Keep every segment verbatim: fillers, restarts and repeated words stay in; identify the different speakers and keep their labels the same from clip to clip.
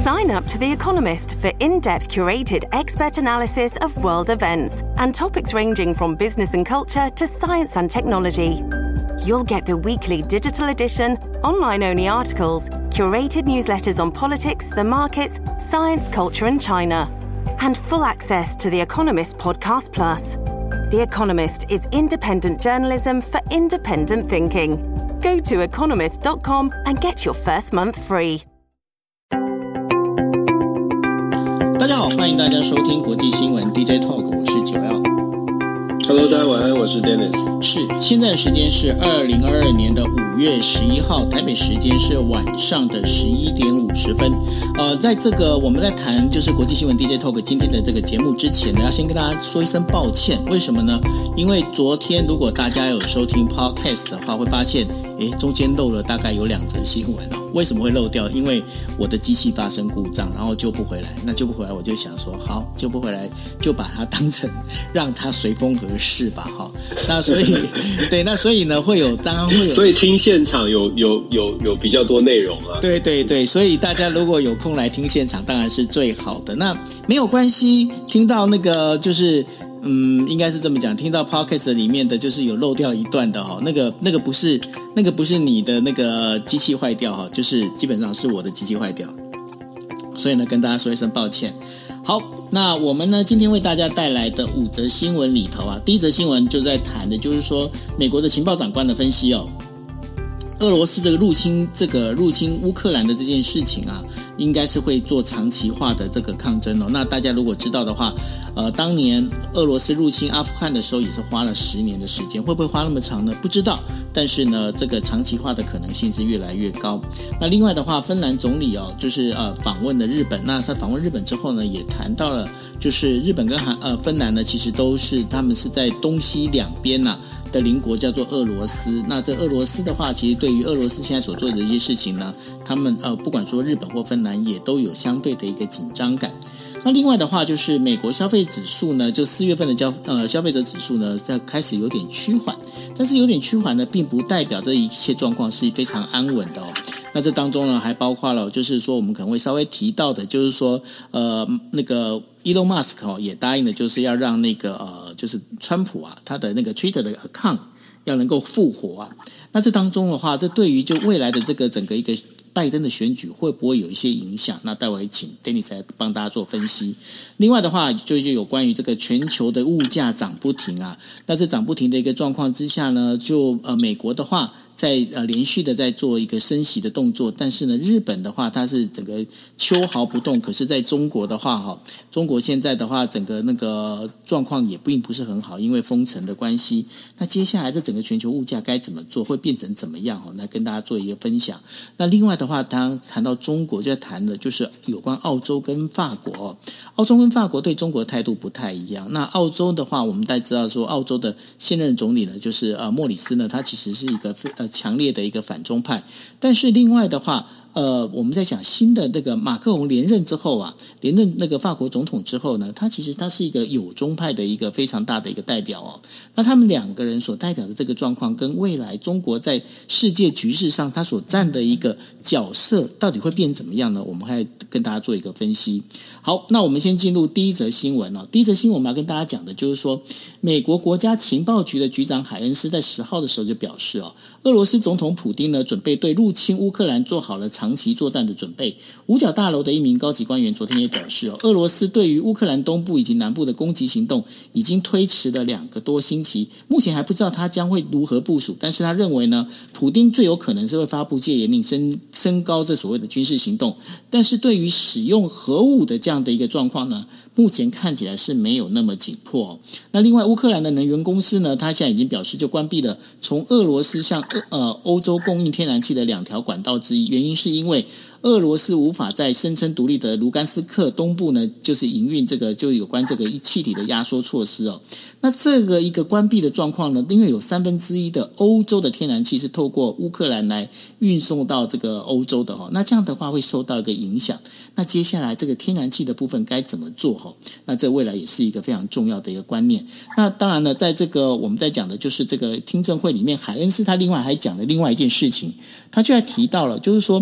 Speaker 1: Sign up to The Economist for in-depth curated expert analysis of world events and topics ranging from business and culture to science and technology. You'll get the weekly digital edition, online-only articles, curated newsletters on politics, the markets, science, culture and China, and full access to The Economist Podcast Plus. The Economist is independent journalism for independent thinking. Go to economist dot com and get your first month free.
Speaker 2: 大家好，欢迎大家收听国际新闻 D J Talk， 我是九耀。
Speaker 3: Hello， 大家晚安，我是 Dennis。
Speaker 2: 是，现在时间是二零二二年的五月十一号，台北时间是晚上的十一点五十分。呃，在这个我们在谈就是国际新闻 D J Talk 今天的这个节目之前呢，要先跟大家说一声抱歉。为什么呢？因为昨天如果大家有收听 Podcast 的话，会发现，诶，中间漏了大概有两则新闻哦。为什么会漏掉？因为我的机器发生故障，然后救不回来。那救不回来，我就想说，好，救不回来就把它当成让它随风而逝吧，哈。那所以，对，那所以呢，会有当然会有，
Speaker 3: 所以听现场有有有有比较多内容啊。
Speaker 2: 对对对，所以大家如果有空来听现场，当然是最好的。那没有关系，听到那个就是。嗯，应该是这么讲。听到 podcast 里面的就是有漏掉一段的哈，那个那个不是那个不是你的那个机器坏掉哈，就是基本上是我的机器坏掉，所以呢跟大家说一声抱歉。好，那我们呢今天为大家带来的五则新闻里头啊，第一则新闻就在谈的就是说美国的情报长官的分析哦，俄罗斯这个入侵这个入侵乌克兰的这件事情啊，应该是会做长期化的这个抗争哦。那大家如果知道的话。呃，当年俄罗斯入侵阿富汗的时候，也是花了十年的时间，会不会花那么长呢？不知道。但是呢，这个长期化的可能性是越来越高。那另外的话，芬兰总理哦，就是呃访问了日本。那他访问日本之后呢，也谈到了，就是日本跟韩呃芬兰呢，其实都是他们是在东西两边呐、啊、的邻国，叫做俄罗斯。那这俄罗斯的话，其实对于俄罗斯现在所做的一些事情呢，他们呃不管说日本或芬兰，也都有相对的一个紧张感。那另外的话，就是美国消费指数呢，就四月份的消呃消费者指数呢，在开始有点趋缓，但是有点趋缓呢，并不代表这一切状况是非常安稳的哦。那这当中呢，还包括了，就是说我们可能会稍微提到的，就是说呃那个 Elon Musk 哦，也答应了，就是要让那个呃就是川普啊，他的那个 Twitter 的 account 要能够复活啊。那这当中的话，这对于就未来的这个整个一个。拜登的选举会不会有一些影响？那待会请 Dennis 来帮大家做分析。另外的话，就是有关于这个全球的物价涨不停啊。那这涨不停的一个状况之下呢，就呃美国的话。在呃连续的在做一个升息的动作，但是呢，日本的话它是整个秋毫不动，可是在中国的话哈，中国现在的话整个那个状况也并不是很好，因为封城的关系。那接下来这整个全球物价该怎么做，会变成怎么样哈？来跟大家做一个分享。那另外的话，当谈到中国，就在谈的就是有关澳洲跟法国。澳洲跟法国对中国的态度不太一样。那澳洲的话，我们大家知道说，澳洲的现任总理呢，就是呃莫里斯呢，他其实是一个呃强烈的一个反中派。但是另外的话，呃，我们在讲新的这个马克宏连任之后啊，连任那个法国总统之后呢，他其实他是一个友中派的一个非常大的一个代表哦。那他们两个人所代表的这个状况，跟未来中国在世界局势上他所占的一个角色，到底会变怎么样呢？我们还跟大家做一个分析。好，那我们先进入第一则新闻哦。第一则新闻我们要跟大家讲的就是说，美国国家情报局的局长海恩斯在十号的时候就表示哦，俄罗斯总统普丁呢准备对入侵乌克兰做好了长期作战的准备。五角大楼的一名高级官员昨天也表示哦，俄罗斯对于乌克兰东部以及南部的攻击行动已经推迟了两个多星期，目前还不知道他将会如何部署，但是他认为呢，普丁最有可能是会发布戒严令，升升高这所谓的军事行动。但是对于使用核武的这样的一个状况呢，目前看起来是没有那么紧迫哦。那另外，乌克兰的能源公司呢，它现在已经表示就关闭了从俄罗斯向呃欧洲供应天然气的两条管道之一，原因是因为俄罗斯无法在声称独立的卢甘斯克东部呢，就是营运这个就有关这个气体的压缩措施哦。那这个一个关闭的状况呢，因为有三分之一的欧洲的天然气是透过乌克兰来运送到这个欧洲的哦，那这样的话会受到一个影响。那接下来这个天然气的部分该怎么做哦？那这未来也是一个非常重要的一个观念。那当然呢，在这个我们在讲的就是这个听证会里面，海恩斯他另外还讲了另外一件事情，他就还提到了，就是说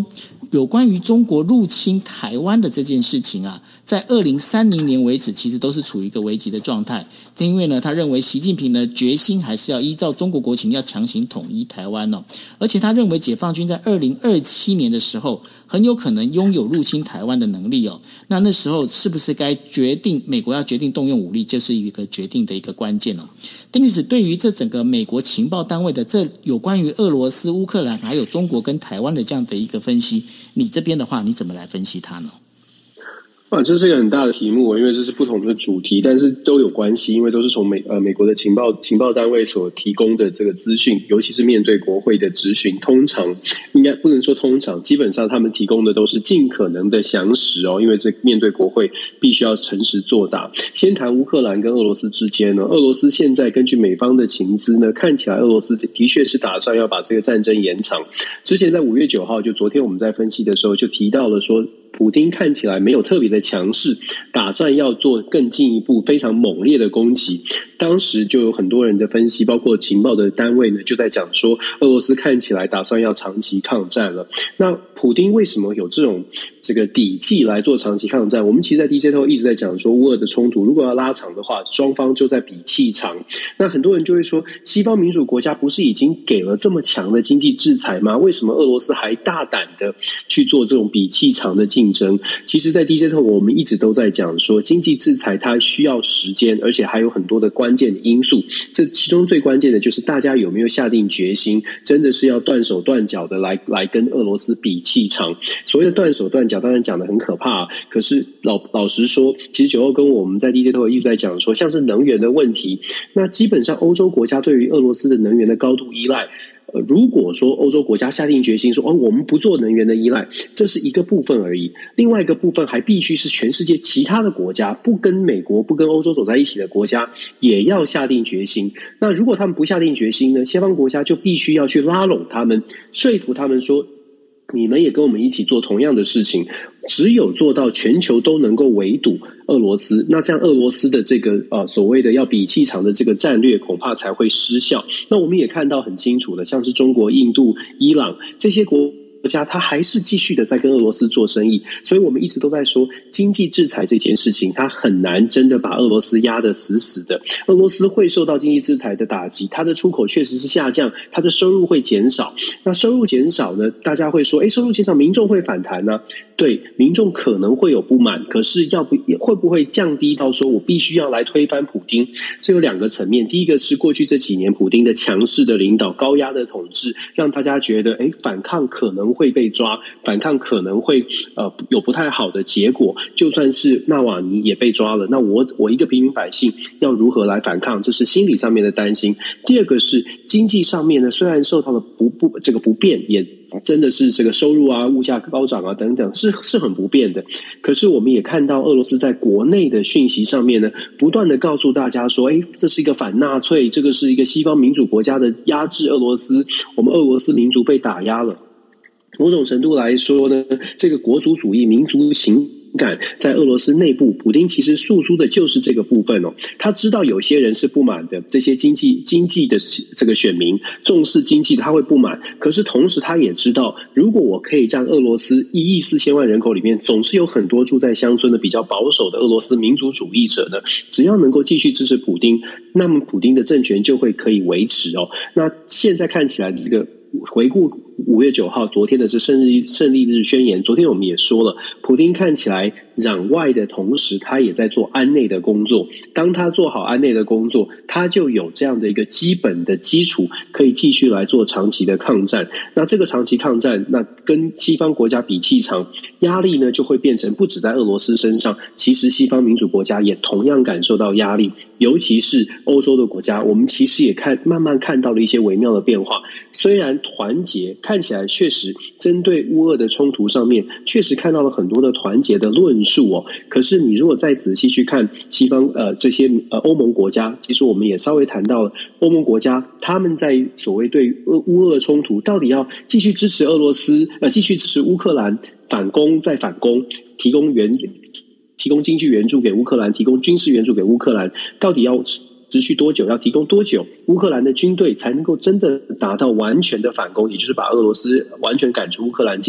Speaker 2: 有关于中国入侵台湾的这件事情啊，在二零三零年为止，其实都是处于一个危急的状态。因为呢，他认为习近平呢决心还是要依照中国国情，要强行统一台湾哦。而且他认为解放军在二零二七年的时候，很有可能拥有入侵台湾的能力哦。那那时候是不是该决定美国要决定动用武力，就是一个决定的一个关键哦。丁子，对于这整个美国情报单位的这有关于俄罗斯、乌克兰还有中国跟台湾的这样的一个分析，你这边的话，你怎么来分析它呢？
Speaker 3: 啊，这是一个很大的题目，因为这是不同的主题，但是都有关系，因为都是从美呃美国的情报情报单位所提供的这个资讯，尤其是面对国会的质询，通常应该不能说通常，基本上他们提供的都是尽可能的详实哦，因为这面对国会必须要诚实作答。先谈乌克兰跟俄罗斯之间呢，俄罗斯现在根据美方的情资呢，看起来俄罗斯的确是打算要把这个战争延长。之前在五月九号，就昨天我们在分析的时候就提到了说，普丁看起来没有特别的强势，打算要做更进一步非常猛烈的攻击。当时就有很多人的分析，包括情报的单位呢，就在讲说俄罗斯看起来打算要长期抗战了。那普丁为什么有这种这个底气来做长期抗战？我们其实在 D J 头一直在讲说，乌俄的冲突如果要拉长的话，双方就在比气长。那很多人就会说，西方民主国家不是已经给了这么强的经济制裁吗？为什么俄罗斯还大胆的去做这种比气长的竞争？其实在 D J 头我们一直都在讲说，经济制裁它需要时间，而且还有很多的关键的因素。这其中最关键的就是大家有没有下定决心，真的是要断手断脚的来来跟俄罗斯比气长。所谓的断手断脚当然讲得很可怕、啊、可是 老, 老实说，其实九欧跟我们在 D J 头一直在讲说，像是能源的问题，那基本上欧洲国家对于俄罗斯的能源的高度依赖，呃，如果说欧洲国家下定决心说，哦，我们不做能源的依赖，这是一个部分而已。另外一个部分还必须是全世界其他的国家，不跟美国、不跟欧洲走在一起的国家，也要下定决心。那如果他们不下定决心呢，西方国家就必须要去拉拢他们，说服他们说，你们也跟我们一起做同样的事情。只有做到全球都能够围堵俄罗斯，那这样俄罗斯的这个呃所谓的要比气长的这个战略恐怕才会失效。那我们也看到很清楚的，像是中国、印度、伊朗这些国家，他还是继续的在跟俄罗斯做生意。所以我们一直都在说，经济制裁这件事情，它很难真的把俄罗斯压得死死的。俄罗斯会受到经济制裁的打击，它的出口确实是下降，它的收入会减少。那收入减少呢，大家会说，诶，收入减少，民众会反弹呢、啊？对，民众可能会有不满，可是要不会不会降低到说我必须要来推翻普丁？这有两个层面。第一个是过去这几年普丁的强势的领导、高压的统治，让大家觉得，诶，反抗可能会被抓，反抗可能会呃有不太好的结果。就算是纳瓦尼也被抓了，那我我一个平民百姓要如何来反抗？这是心理上面的担心。第二个是经济上面呢，虽然受到了不不这个不便，也真的是这个收入啊、物价高涨啊等等，是是很不便的。可是我们也看到俄罗斯在国内的讯息上面呢，不断的告诉大家说，哎，这是一个反纳粹，这个是一个西方民主国家的压制俄罗斯，我们俄罗斯民族被打压了。某种程度来说呢，这个国族主义、民族情感在俄罗斯内部，普丁其实诉诸的就是这个部分哦。他知道有些人是不满的，这些经济经济的这个选民重视经济，他会不满。可是同时他也知道，如果我可以让俄罗斯一亿四千万人口里面，总是有很多住在乡村的比较保守的俄罗斯民族主义者呢，只要能够继续支持普丁，那么普丁的政权就会可以维持哦。那现在看起来这个。回顾五月九号，昨天的是胜利胜利日宣言。昨天我们也说了，普丁看起来攘外的同时，他也在做安内的工作。当他做好安内的工作，他就有这样的一个基本的基础，可以继续来做长期的抗战。那这个长期抗战，那跟西方国家比气长，压力呢就会变成不止在俄罗斯身上，其实西方民主国家也同样感受到压力，尤其是欧洲的国家，我们其实也看慢慢看到了一些微妙的变化。虽然团结看起来确实针对乌俄的冲突上面确实看到了很多的团结的论述哦，可是你如果再仔细去看西方呃这些呃欧盟国家，其实我们也稍微谈到了欧盟国家他们在所谓对乌俄冲突到底要继续支持俄罗斯呃继续支持乌克兰反攻再反攻，提供援提供经济援助给乌克兰，提供军事援助给乌克兰，到底要持续多久，要提供多久，乌克兰的军队才能够真的达到完全的反攻，也就是把俄罗斯完全赶出乌克兰境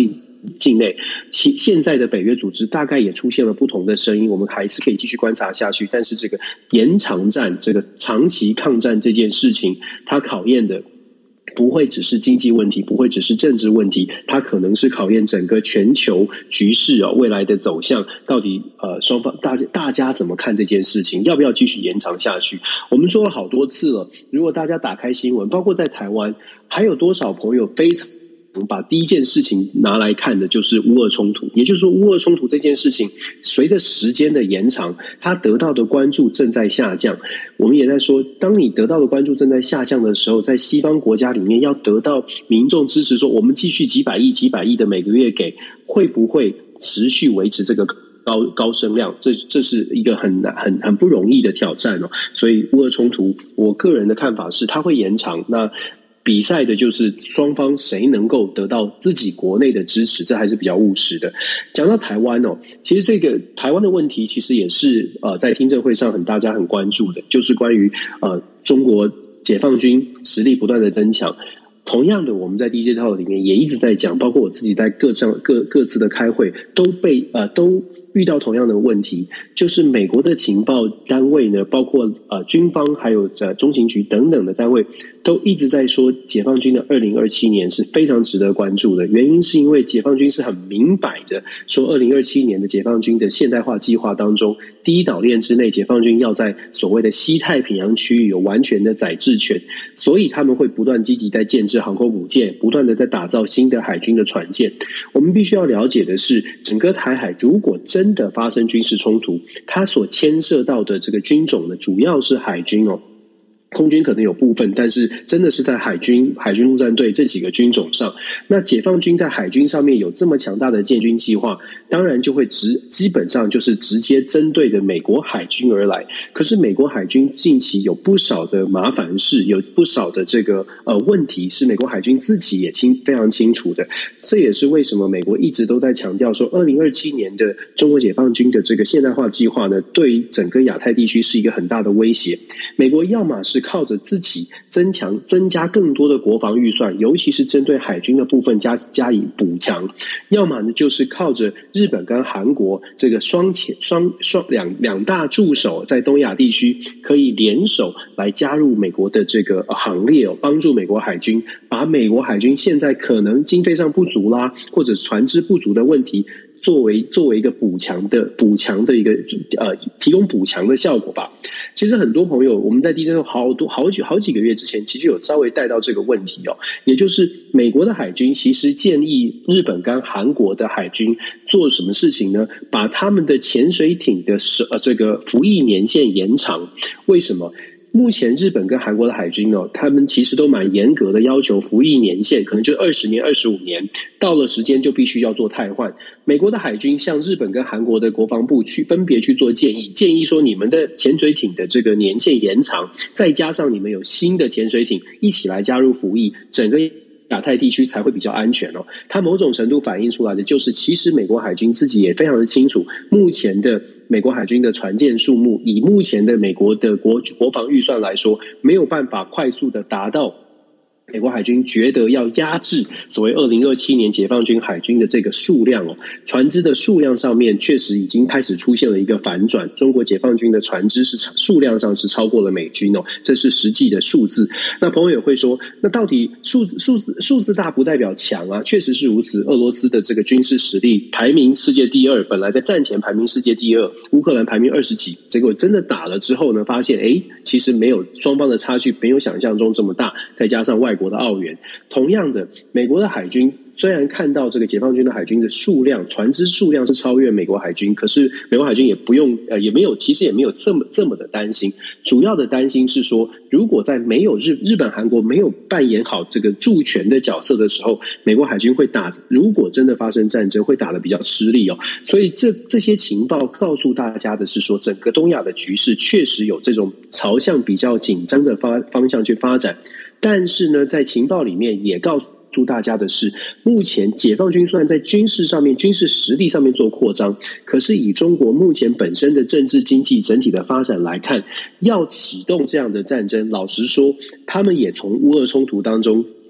Speaker 3: 境内，其现在的北约组织大概也出现了不同的声音，我们还是可以继续观察下去。但是这个延长战、这个长期抗战这件事情，它考验的不会只是经济问题，不会只是政治问题，它可能是考验整个全球局势哦，未来的走向到底呃双方大家大家怎么看这件事情，要不要继续延长下去？我们说了好多次了，如果大家打开新闻，包括在台湾，还有多少朋友非常把第一件事情拿来看的就是乌俄冲突，也就是说乌俄冲突这件事情随着时间的延长，它得到的关注正在下降。我们也在说，当你得到的关注正在下降的时候，在西方国家里面要得到民众支持，说我们继续几百亿几百亿的每个月给，会不会持续维持这个高高声量？这这是一个很很很不容易的挑战哦。所以乌俄冲突，我个人的看法是它会延长。那比赛的就是双方谁能够得到自己国内的支持，这还是比较务实的。讲到台湾哦，其实这个台湾的问题其实也是呃在听证会上很大家很关注的，就是关于呃中国解放军实力不断的增强。同样的，我们在 D J Talk 里面也一直在讲，包括我自己在各上各各自的开会都被呃都遇到同样的问题，就是美国的情报单位呢，包括呃军方还有呃中情局等等的单位，都一直在说解放军的二零二七年是非常值得关注的。原因是因为解放军是很明摆着说，二零二七年的解放军的现代化计划当中，第一岛链之内，解放军要在所谓的西太平洋区域有完全的宰制权，所以他们会不断积极在建制航空母舰，不断的在打造新的海军的船舰。我们必须要了解的是，整个台海如果真的发生军事冲突，它所牵涉到的这个军种呢，主要是海军哦。空军可能有部分，但是真的是在海军、海军陆战队这几个军种上。那解放军在海军上面有这么强大的建军计划，当然就会直基本上就是直接针对着美国海军而来。可是美国海军近期有不少的麻烦事，有不少的这个呃问题，是美国海军自己也清非常清楚的。这也是为什么美国一直都在强调说，二零二七年的中国解放军的这个现代化计划呢，对于整个亚太地区是一个很大的威胁。美国要么是靠着自己增强、增加更多的国防预算，尤其是针对海军的部分加加以补强；要么呢，就是靠着日本跟韩国这个双前双双两两大助手在东亚地区可以联手来加入美国的这个行列哦，帮助美国海军把美国海军现在可能经费上不足啦，或者船只不足的问题。作为作为一个补强的补强的一个呃提供补强的效果吧。其实很多朋友我们在 D J 好多好几好几个月之前，其实有稍微带到这个问题哦，也就是美国的海军其实建议日本跟韩国的海军做什么事情呢？把他们的潜水艇的呃这个服役年限延长。为什么？目前日本跟韩国的海军呢，他们其实都蛮严格的要求服役年限，可能就二十年、二十五年，到了时间就必须要做汰换。美国的海军向日本跟韩国的国防部去分别去做建议，建议说你们的潜水艇的这个年限延长，再加上你们有新的潜水艇一起来加入服役，整个亚太地区才会比较安全哦。它某种程度反映出来的就是，其实美国海军自己也非常的清楚，目前的美国海军的船舰数目，以目前的美国的国国防预算来说，没有办法快速的达到美国海军觉得要压制所谓二零二七年解放军海军的这个数量哦，船只的数量上面确实已经开始出现了一个反转。中国解放军的船只是数量上是超过了美军哦，这是实际的数字。那朋友也会说，那到底数字数字数字大不代表强啊？确实是如此。俄罗斯的这个军事实力排名世界第二，本来在战前排名世界第二，乌克兰排名二十几，结果真的打了之后呢，发现哎，其实没有双方的差距没有想象中这么大，再加上外国的澳元，同样的，美国的海军虽然看到这个解放军的海军的数量、船只数量是超越美国海军，可是美国海军也不用呃，也没有，其实也没有这么这么的担心。主要的担心是说，如果在没有日日本、韩国没有扮演好这个助权的角色的时候，美国海军会打，如果真的发生战争，会打得比较吃力哦。所以这这些情报告诉大家的是说，整个东亚的局势确实有这种朝向比较紧张的发方向去发展。但是呢，在情报里面也告诉大家的是，目前解放军虽然在军事上面、军事实力上面做扩张，可是以中国目前本身的政治经济整体的发展来看，要启动这样的战争，老实说，他们也从乌俄冲突当中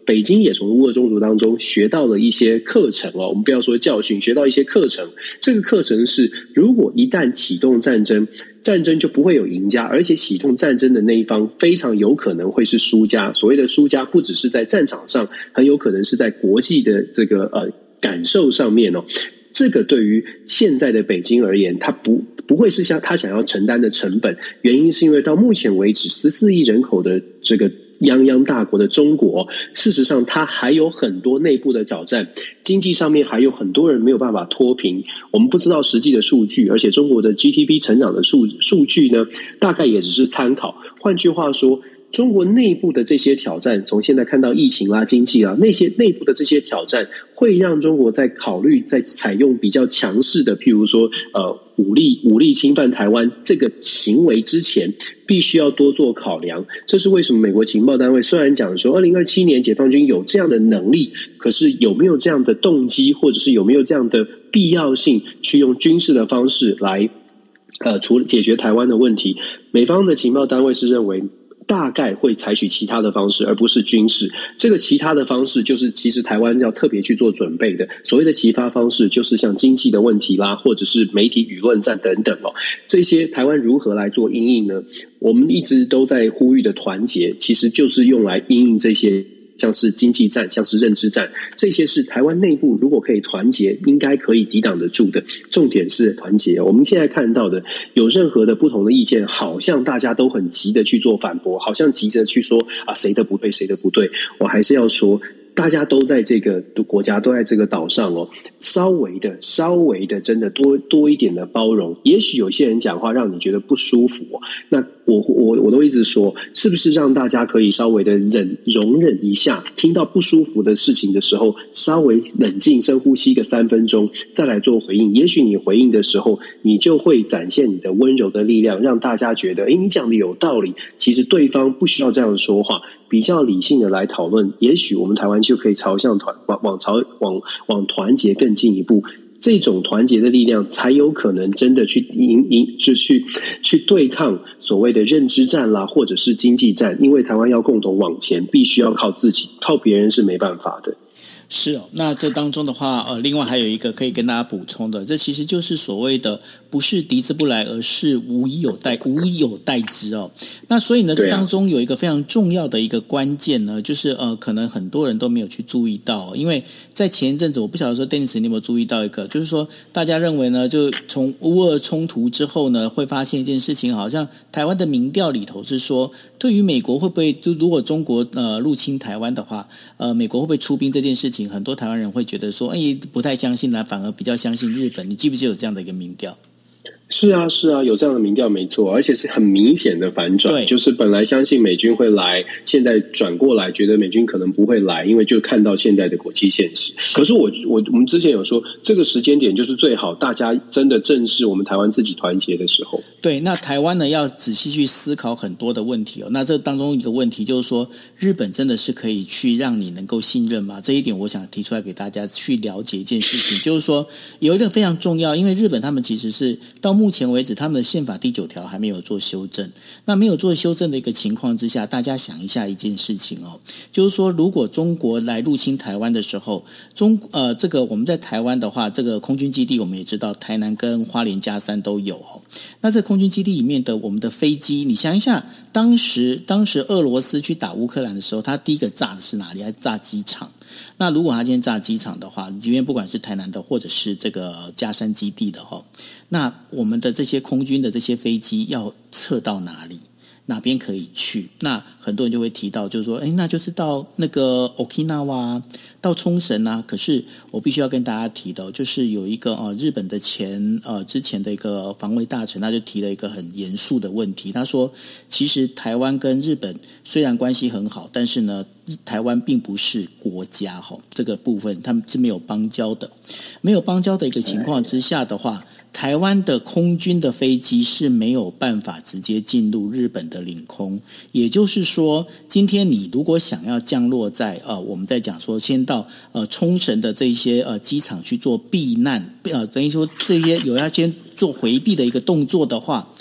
Speaker 3: 北京也从乌俄冲突当中学到了一些课程哦，我们不要说教训，学到一些课程。这个课程是，如果一旦启动战争，战争就不会有赢家，而且启动战争的那一方非常有可能会是输家。所谓的输家，不只是在战场上，很有可能是在国际的这个呃感受上面哦。这个对于现在的北京而言，它不不会是像他想要承担的成本。原因是因为到目前为止，十四亿人口的这个泱泱大国的中国，事实上它还有很多内部的挑战，经济上面还有很多人没有办法脱贫。我们不知道实际的数据，而且中国的 G D P 成长的数数据呢，大概也只是参考。换句话说，中国内部的这些挑战，从现在看到疫情啦、经济啦，那些内部的这些挑战，会让中国在考虑在采用比较强势的，譬如说呃武力武力侵犯台湾这个行为之前，必须要多做考量。这是为什么美国情报单位虽然讲说二零二七年解放军有这样的能力，可是有没有这样的动机，或者是有没有这样的必要性去用军事的方式来呃处解决台湾的问题？美方的情报单位是认为大概会采取其他的方式，而不是军事。这个其他的方式，就是其实台湾要特别去做准备的。所谓的其他方式，就是像经济的问题啦，或者是媒体舆论战等等哦。这些台湾如何来做因应呢？我们一直都在呼吁的团结，其实就是用来因应这些。像是经济战，像是认知战，这些是台湾内部如果可以团结，应该可以抵挡得住的。重点是团结。我们现在看到的，有任何的不同的意见，好像大家都很急的去做反驳，好像急着去说啊谁的不对，谁的不对。我还是要说，大家都在这个国家，都在这个岛上哦，稍微的、稍微的，真的多多一点的包容。也许有些人讲话让你觉得不舒服哦，那我我我都一直说，是不是让大家可以稍微的忍容忍一下，听到不舒服的事情的时候，稍微冷静深呼吸个三分钟，再来做回应。也许你回应的时候，你就会展现你的温柔的力量，让大家觉得，诶，你讲的有道理。其实对方不需要这样说话，比较理性的来讨论，也许我们台湾就可以朝向团往往朝往往团结更进一步。这种团结的力量才有可能真的去赢赢，就去去对抗所谓的认知战啦，或者是经济战。因为台湾要共同往前，必须要靠自己，靠别人是没办法的。
Speaker 2: 是哦，那这当中的话，呃，另外还有一个可以跟大家补充的，这其实就是所谓的不是敌之不来，而是无以有待无以有待之哦。那所以呢，这当中有一个非常重要的一个关键呢，就是呃，可能很多人都没有去注意到，因为在前一阵子，我不晓得说 Dennis 你有没有注意到一个，就是说大家认为呢，就从乌俄冲突之后呢，会发现一件事情，好像台湾的民调里头是说，对于美国会不会就如果中国呃入侵台湾的话，呃，美国会不会出兵这件事情，很多台湾人会觉得说，哎，不太相信啦，反而比较相信日本。你记不记得有这样的一个民调？
Speaker 3: 是啊，是啊，有这样的民调没错，而且是很明显的反转。就是本来相信美军会来，现在转过来觉得美军可能不会来，因为就看到现在的国际现实。可是我我我们之前有说，这个时间点就是最好大家真的正视我们台湾自己团结的时候。
Speaker 2: 对，那台湾呢要仔细去思考很多的问题哦。那这当中一个问题就是说，日本真的是可以去让你能够信任吗？这一点我想提出来给大家去了解一件事情，就是说有一个非常重要，因为日本他们其实是到目前为止，他们的宪法第九条还没有做修正。那没有做修正的一个情况之下，大家想一下一件事情哦，就是说，如果中国来入侵台湾的时候，中呃，这个我们在台湾的话，这个空军基地我们也知道，台南跟花莲嘉山都有哦。那这空军基地里面的我们的飞机，你想一下，当时当时俄罗斯去打乌克兰的时候，他第一个炸的是哪里？还炸机场。那如果他今天炸机场的话，即便不管是台南的或者是这个嘉山基地的哈，那我们的这些空军的这些飞机要撤到哪里？哪边可以去？那很多人就会提到，就是说，哎，那就是到那个 Okinawa， 到冲绳啊。可是我必须要跟大家提到，就是有一个呃日本的前呃之前的一个防卫大臣，他就提了一个很严肃的问题。他说，其实台湾跟日本虽然关系很好，但是呢，台湾并不是国家哈，这个部分他们是没有邦交的，没有邦交的一个情况之下的话。台湾的空军的飞机是没有办法直接进入日本的领空，也就是说，今天你如果想要降落在呃，我们在讲说先到呃冲绳的这些呃机场去做避难，呃，等于说这些有要先做回避的一个动作的话。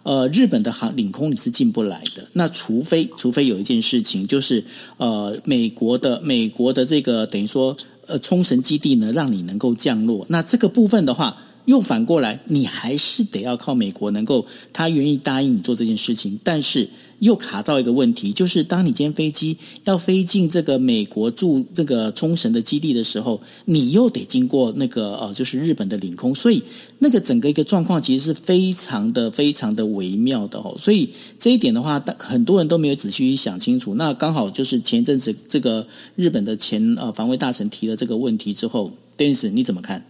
Speaker 2: 呃，日本的航领空你是进不来的。那除非除非有一件事情，就是呃，美国的美国的这个等于说呃冲绳基地呢，让你能够降落。那这个部分的话，又反过来，你还是得要靠美国能够他愿意答应你做这件事情，但是又卡到一个问题，就是当你今天飞机要飞进这个美国驻这个冲绳的基地的时候，你又得经过那个呃，就是日本的领空，所以那个整个一个状况其实是非常的非常的微妙的哦。所以这一点的话，很多人都没有仔细去想清楚。那刚好就是前一阵子这个日本的前呃防卫大臣提了这个问题之后 ，Dennis 你怎么看？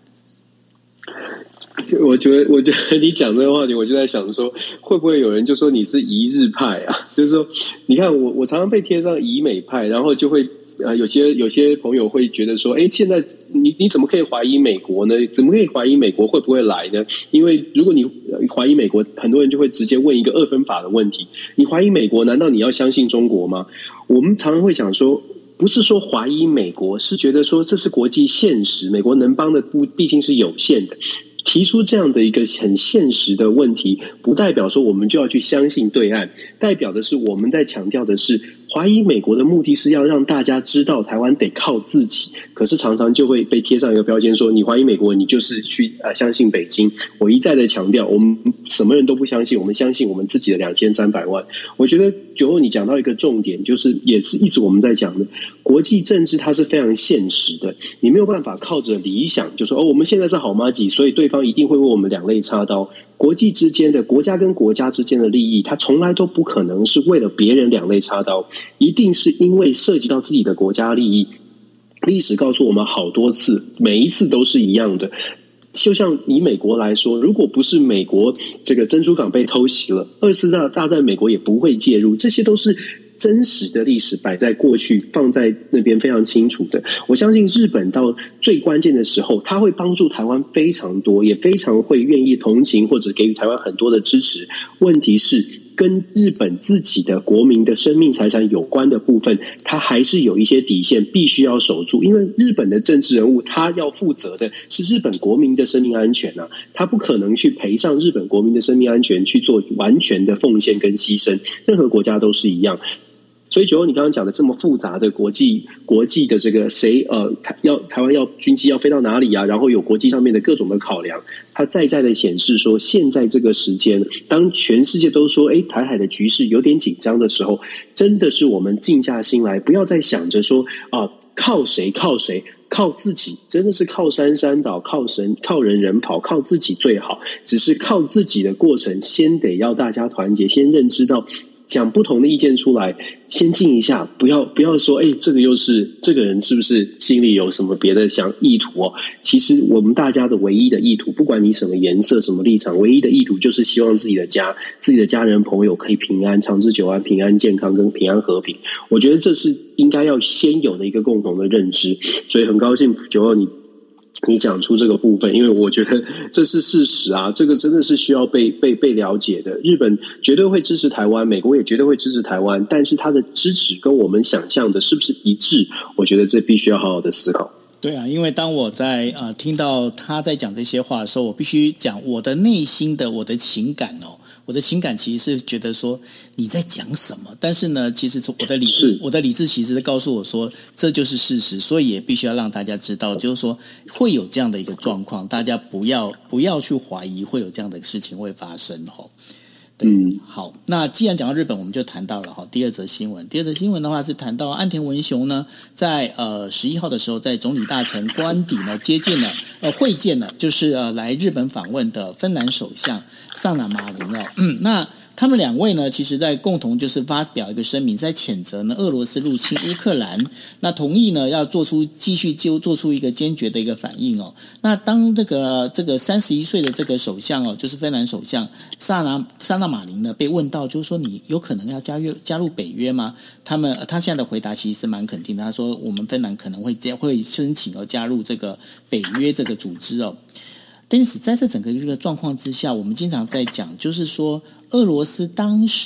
Speaker 3: 我觉得，我觉得你讲这个话题，我就在想说，会不会有人就说你是疑日派啊？就是说，你看我，我常常被贴上疑美派，然后就会呃，有些有些朋友会觉得说，哎，现在你你怎么可以怀疑美国呢？怎么可以怀疑美国会不会来呢？因为如果你怀疑美国，很多人就会直接问一个二分法的问题：你怀疑美国，难道你要相信中国吗？我们常常会想说，不是说怀疑美国，是觉得说这是国际现实，美国能帮的不毕竟是有限的。提出这样的一个很现实的问题，不代表说我们就要去相信对岸，代表的是我们在强调的是，怀疑美国的目的是要让大家知道台湾得靠自己，可是常常就会被贴上一个标签说，你怀疑美国，你就是去呃相信北京。我一再的强调，我们什么人都不相信，我们相信我们自己的两千三百万。我觉得九欧你讲到一个重点，就是也是一直我们在讲的，国际政治它是非常现实的，你没有办法靠着理想就说哦，我们现在是好麻吉，所以对方一定会为我们两肋插刀。国际之间的国家跟国家之间的利益，它从来都不可能是为了别人两肋插刀，一定是因为涉及到自己的国家利益。历史告诉我们好多次，每一次都是一样的。就像以美国来说，如果不是美国这个珍珠港被偷袭了，二次大战美国也不会介入，这些都是真实的历史摆在过去，放在那边非常清楚的。我相信日本到最关键的时候，他会帮助台湾非常多，也非常会愿意同情或者给予台湾很多的支持。问题是跟日本自己的国民的生命财产有关的部分，他还是有一些底线必须要守住，因为日本的政治人物他要负责的是日本国民的生命安全啊，他不可能去赔上日本国民的生命安全去做完全的奉献跟牺牲，任何国家都是一样。所以九欧你刚刚讲的这么复杂的国际国际的这个谁呃台要台湾要军机要飞到哪里啊，然后有国际上面的各种的考量，它再再的显示说，现在这个时间，当全世界都说哎台海的局势有点紧张的时候，真的是我们静下心来，不要再想着说啊靠谁靠谁，靠自己，真的是靠山山倒，靠神靠人人跑，靠自己最好。只是靠自己的过程，先得要大家团结，先认知到。讲不同的意见出来，先静一下，不要不要说，哎，这个又是这个人是不是心里有什么别的想意图哦？其实我们大家的唯一的意图，不管你什么颜色、什么立场，唯一的意图就是希望自己的家、自己的家人朋友可以平安、长治久安、平安健康跟平安和平。我觉得这是应该要先有的一个共同的认知。所以很高兴九二你。你讲出这个部分，因为我觉得这是事实啊，这个真的是需要被被被了解的。日本绝对会支持台湾，美国也绝对会支持台湾，但是他的支持跟我们想象的是不是一致？我觉得这必须要好好的思考。
Speaker 2: 对啊，因为当我在呃听到他在讲这些话的时候，我必须讲我的内心的我的情感哦。我的情感其实是觉得说你在讲什么，但是呢，其实我的理智，我的理智其实告诉我说这就是事实，所以也必须要让大家知道，就是说会有这样的一个状况，大家不要不要去怀疑会有这样的事情会发生哦。对，
Speaker 3: 嗯，
Speaker 2: 好，那既然讲到日本，我们就谈到了哈第二则新闻。第二则新闻的话是谈到岸田文雄呢，在呃十一号的时候，在总理大臣官邸呢接见了呃会见了，就是呃来日本访问的芬兰首相桑纳马林哦。嗯，那他们两位呢，其实在共同就是发表一个声明，在谴责呢俄罗斯入侵乌克兰，那同意呢要做出继续就做出一个坚决的一个反应哦。那当这个这个三十一岁的这个首相哦，就是芬兰首相萨纳萨纳马林呢被问到，就是说你有可能要加入加入北约吗？他们他现在的回答其实是蛮肯定的，他说我们芬兰可能会会申请要加入这个北约这个组织哦。但是在这整个这个状况之下，我们经常在讲，就是说俄罗斯当时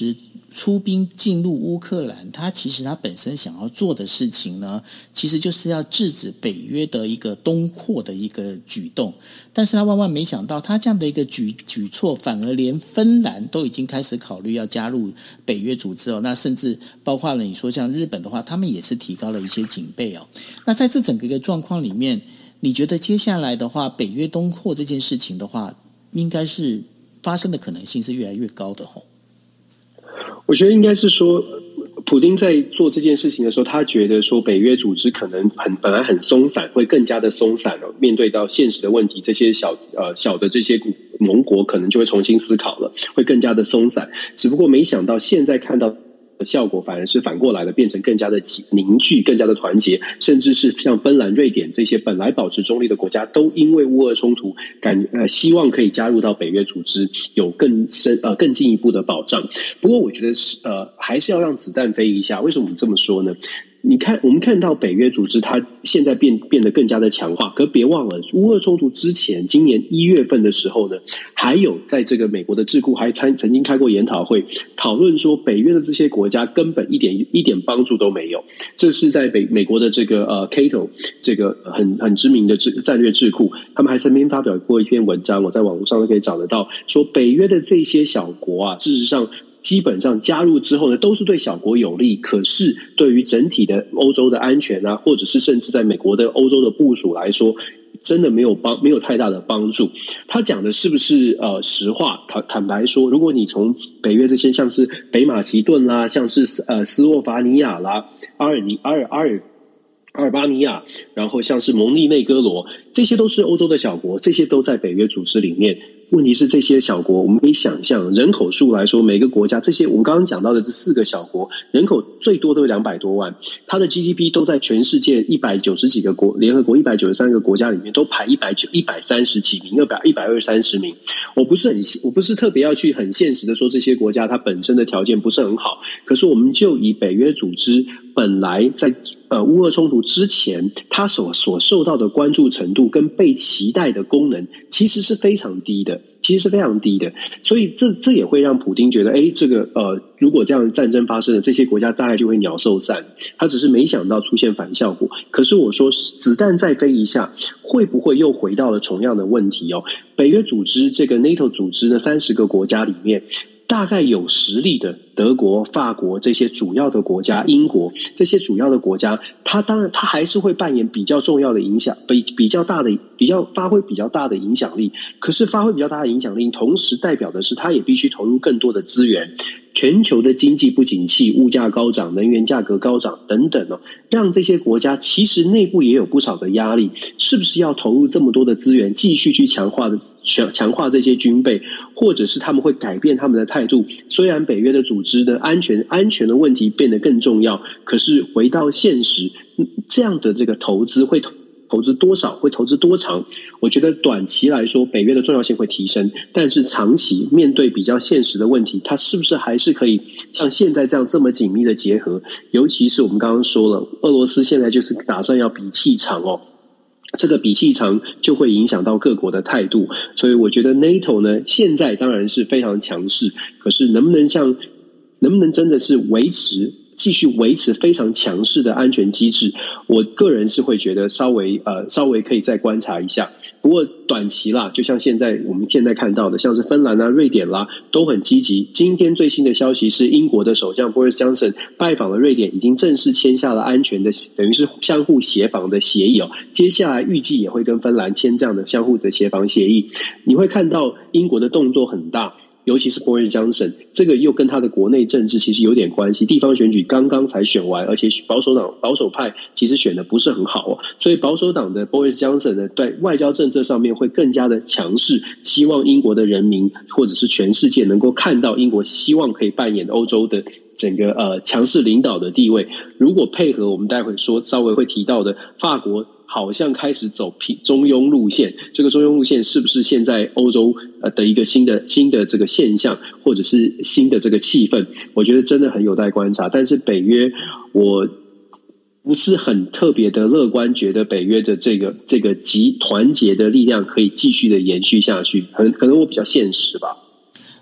Speaker 2: 出兵进入乌克兰，他其实他本身想要做的事情呢，其实就是要制止北约的一个东扩的一个举动。但是他万万没想到，他这样的一个举举措，反而连芬兰都已经开始考虑要加入北约组织哦。那甚至包括了你说像日本的话，他们也是提高了一些警备哦。那在这整个一个状况里面，你觉得接下来的话，北约东扩这件事情的话，应该是发生的可能性是越来越高的哦。
Speaker 3: 我觉得应该是说，普丁在做这件事情的时候，他觉得说北约组织可能很本来很松散，会更加的松散哦。面对到现实的问题，这些小呃小的这些盟国可能就会重新思考了，会更加的松散。只不过没想到现在看到的效果反而是反过来的，变成更加的凝聚，更加的团结，甚至是像芬兰、瑞典这些本来保持中立的国家，都因为乌俄冲突感呃希望可以加入到北约组织，有更深呃更进一步的保障。不过我觉得是呃还是要让子弹飞一下。为什么我们这么说呢？你看，我们看到北约组织它现在变变得更加的强化，可别忘了乌俄冲突之前，今年一月份的时候呢，还有在这个美国的智库还参曾经开过研讨会，讨论说北约的这些国家根本一点一点帮助都没有。这是在北美国的这个呃 Cato 这个很很知名的战略智库，他们还曾经发表过一篇文章，我在网络上都可以找得到，说北约的这些小国啊，事实上基本上加入之后呢，都是对小国有利，可是对于整体的欧洲的安全啊，或者是甚至在美国的欧洲的部署来说，真的没有帮没有太大的帮助。他讲的是不是呃实话？坦坦白说，如果你从北约这些像是北马其顿啦，像是呃斯洛伐尼亚啦、阿尔尼阿尔阿尔阿尔巴尼亚，然后像是蒙利内哥罗，这些都是欧洲的小国，这些都在北约组织里面。问题是这些小国，我们可以想象人口数来说，每个国家这些我们刚刚讲到的这四个小国，人口最多都有两百多万，它的 G D P 都在全世界一百九十几个国联合国一百九十三个国家里面都排一百九一百三十几名，一百二三十名。我不是很我不是特别要去很现实的说这些国家它本身的条件不是很好，可是我们就以北约组织本来在呃乌俄冲突之前，它所所受到的关注程度跟被期待的功能，其实是非常低的。其实是非常低的，所以这这也会让普丁觉得，哎，这个呃，如果这样战争发生了，这些国家大概就会鸟兽散。他只是没想到出现反效果。可是我说，子弹再飞一下，会不会又回到了同样的问题哦？北约组织这个 NATO 组织呢，三十个国家里面，大概有实力的德国、法国这些主要的国家，英国这些主要的国家，它当然它还是会扮演比较重要的影响，比比较大的、比较发挥比较大的影响力。可是发挥比较大的影响力，同时代表的是它也必须投入更多的资源。全球的经济不景气，物价高涨，能源价格高涨等等哦，让这些国家其实内部也有不少的压力。是不是要投入这么多的资源，继续去强化的强强化这些军备，或者是他们会改变他们的态度？虽然北约的组织的安全安全的问题变得更重要，可是回到现实，这样的这个投资会投。投资多少，会投资多长？我觉得短期来说，北约的重要性会提升，但是长期面对比较现实的问题，它是不是还是可以像现在这样这么紧密的结合？尤其是我们刚刚说了，俄罗斯现在就是打算要比气场哦。这个比气场就会影响到各国的态度，所以我觉得 NATO 呢，现在当然是非常强势，可是能不能像，能不能真的是维持？继续维持非常强势的安全机制，我个人是会觉得稍微呃稍微可以再观察一下。不过短期啦，就像现在我们现在看到的，像是芬兰啊、瑞典啦，都很积极。今天最新的消息是，英国的首相 Boris Johnson 拜访了瑞典，已经正式签下了安全的，等于是相互协防的协议哦。接下来预计也会跟芬兰签这样的相互的协防协议。你会看到英国的动作很大。尤其是 Boris Johnson， 这个又跟他的国内政治其实有点关系。地方选举刚刚才选完，而且保守党保守派其实选的不是很好哦，所以保守党的 Boris Johnson 呢，在外交政策上面会更加的强势，希望英国的人民或者是全世界能够看到英国希望可以扮演欧洲的整个呃强势领导的地位。如果配合我们待会说稍微会提到的法国。好像开始走中庸路线，这个中庸路线是不是现在欧洲呃的一个新的新的这个现象，或者是新的这个气氛？我觉得真的很有待观察。但是北约，我不是很特别的乐观，觉得北约的这个这个集团结的力量可以继续的延续下去。可能可能我比较现实吧。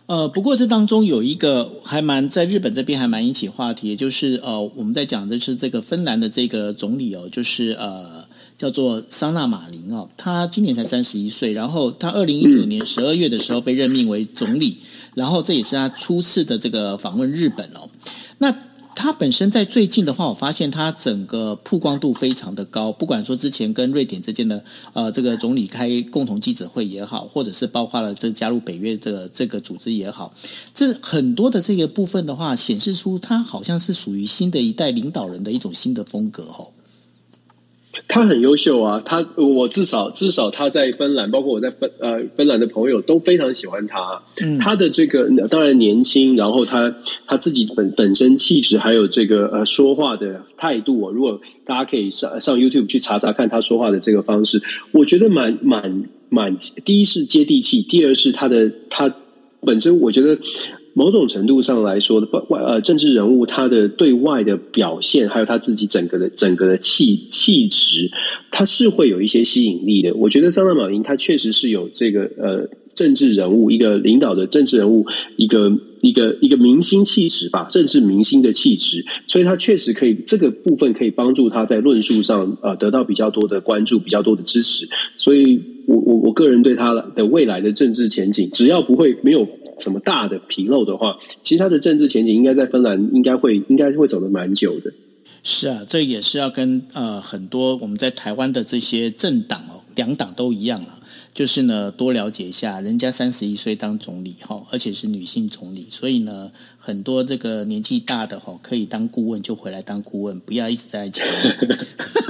Speaker 2: 呃，不过这当中有一个还蛮在日本这边还蛮引起话题，也就是呃我们在讲的是这个芬兰的这个总理哦，就是呃叫做桑纳马林哦，他今年才三十一岁，然后他二零一九年十二月的时候被任命为总理，然后这也是他初次的这个访问日本哦。那他本身在最近的话，我发现他整个曝光度非常的高，不管说之前跟瑞典之间的呃这个总理开共同记者会也好，或者是包括了这加入北约的这个组织也好，这很多的这个部分的话，显示出他好像是属于新的一代领导人的一种新的风格哦。
Speaker 3: 他很优秀啊，他我至少至少他在芬兰，包括我在芬呃芬兰的朋友都非常喜欢他。嗯、他的这个当然年轻，然后他他自己本本身气质，还有这个呃说话的态度、哦，如果大家可以上上 YouTube 去查查看他说话的这个方式，我觉得蛮蛮蛮，第一是接地气，第二是他的他本身，我觉得。某种程度上来说的，呃，政治人物他的对外的表现，还有他自己整个的整个的气气质，他是会有一些吸引力的。我觉得桑纳马林他确实是有这个呃政治人物，一个领导的政治人物，一个一个一个明星气质吧，政治明星的气质，所以他确实可以这个部分可以帮助他在论述上呃得到比较多的关注，比较多的支持。所以我我我个人对他的未来的政治前景，只要不会没有什么大的纰漏的话，其实他的政治前景应该在芬兰应该会应该会走得蛮久的。
Speaker 2: 是啊，这也是要跟呃很多我们在台湾的这些政党哦，两党都一样啊，就是呢多了解一下，人家三十一岁当总理哈，而且是女性总理，所以呢很多这个年纪大的哈可以当顾问就回来当顾问，不要一直在前面。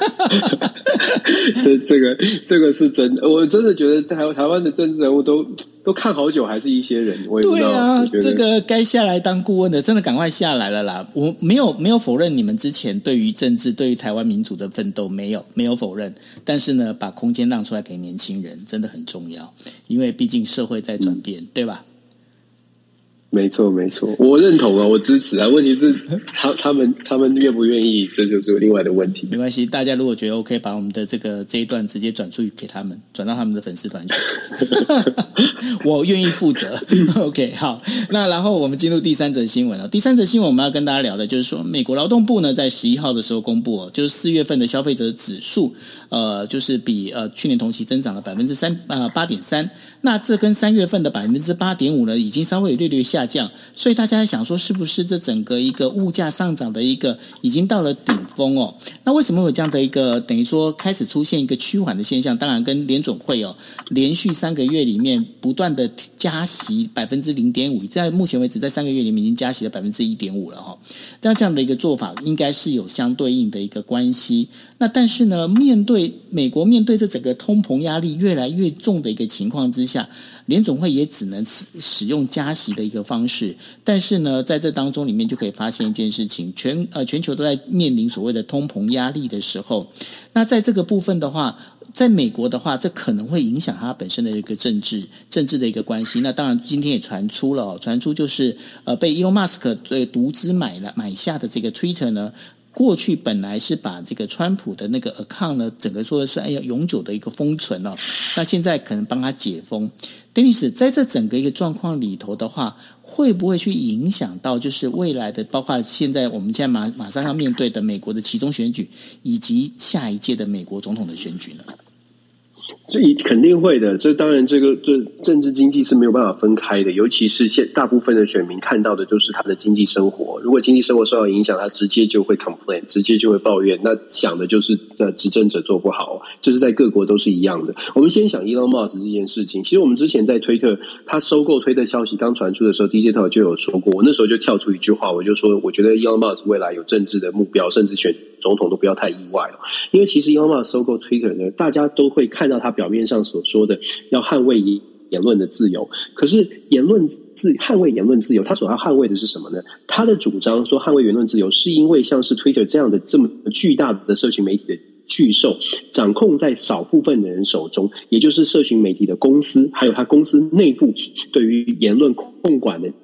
Speaker 3: 这这个这个是真的，我真的觉得在台湾的政治人物都都看好久，还是一些人，我也不知道。对啊，
Speaker 2: 这个该下来当顾问的，真的赶快下来了啦！我没有没有否认你们之前对于政治、对于台湾民主的奋斗，没有没有否认，但是呢，把空间让出来给年轻人，真的很重要，因为毕竟社会在转变，嗯、对吧？
Speaker 3: 没错，没错，我认同啊，我支持啊。问题是他他们他们愿不愿意，这就是另外的问题。
Speaker 2: 没关系，大家如果觉得 OK， 把我们的这个这一段直接转出去给他们，转到他们的粉丝团去，我愿意负责。OK， 好，那然后我们进入第三则新闻了。第三则新闻我们要跟大家聊的就是说，美国劳动部呢在十一号的时候公布哦，就是四月份的消费者指数，呃，就是比呃去年同期增长了百分之三呃八点三。那这跟三月份的百分之八点五呢，已经稍微略略下降，所以大家想说，是不是这整个一个物价上涨的一个已经到了顶峰哦？那为什么有这样的一个等于说开始出现一个趋缓的现象？当然跟联准会哦，连续三个月里面不断的加息百分之零点五，在目前为止在三个月里面已经加息了百分之一点五了哈、哦。那这样的一个做法应该是有相对应的一个关系。那但是呢，面对美国面对这整个通膨压力越来越重的一个情况之下，联总会也只能使用加息的一个方式。但是呢，在这当中里面就可以发现一件事情，全呃全球都在面临所谓的通膨压力的时候，那在这个部分的话，在美国的话，这可能会影响它本身的一个政治政治的一个关系。那当然，今天也传出了、哦，传出就是呃被 Elon Musk 对独资买了买下的这个 Twitter 呢。过去本来是把这个川普的那个 account 呢，整个说是哎呀永久的一个封存哦，那现在可能帮他解封。Dennis， 在这整个一个状况里头的话，会不会去影响到就是未来的，包括现在我们现在马马上要面对的美国的期中选举，以及下一届的美国总统的选举呢？
Speaker 3: 这肯定会的，这当然这个这政治经济是没有办法分开的，尤其是现大部分的选民看到的就是他的经济生活，如果经济生活受到影响，他直接就会 complain， 直接就会抱怨，那想的就是呃执政者做不好，这是在各国都是一样的。我们先想 Elon Musk 这件事情，其实我们之前在推特他收购推特消息刚传出的时候 ，D J 特就有说过，我那时候就跳出一句话，我就说我觉得 Elon Musk 未来有政治的目标，甚至选总统都不要太意外哦，因为其实 Elon Musk 收购 Twitter 呢，大家都会看到他表面上所说的要捍卫言论的自由，可是言论自捍卫言论自由，他所要捍卫的是什么呢？他的主张说捍卫言论自由，是因为像是 Twitter 这样的这么巨大的社群媒体的巨兽掌控在少部分的人手中，也就是社群媒体的公司，还有他公司内部对于言论控管的这个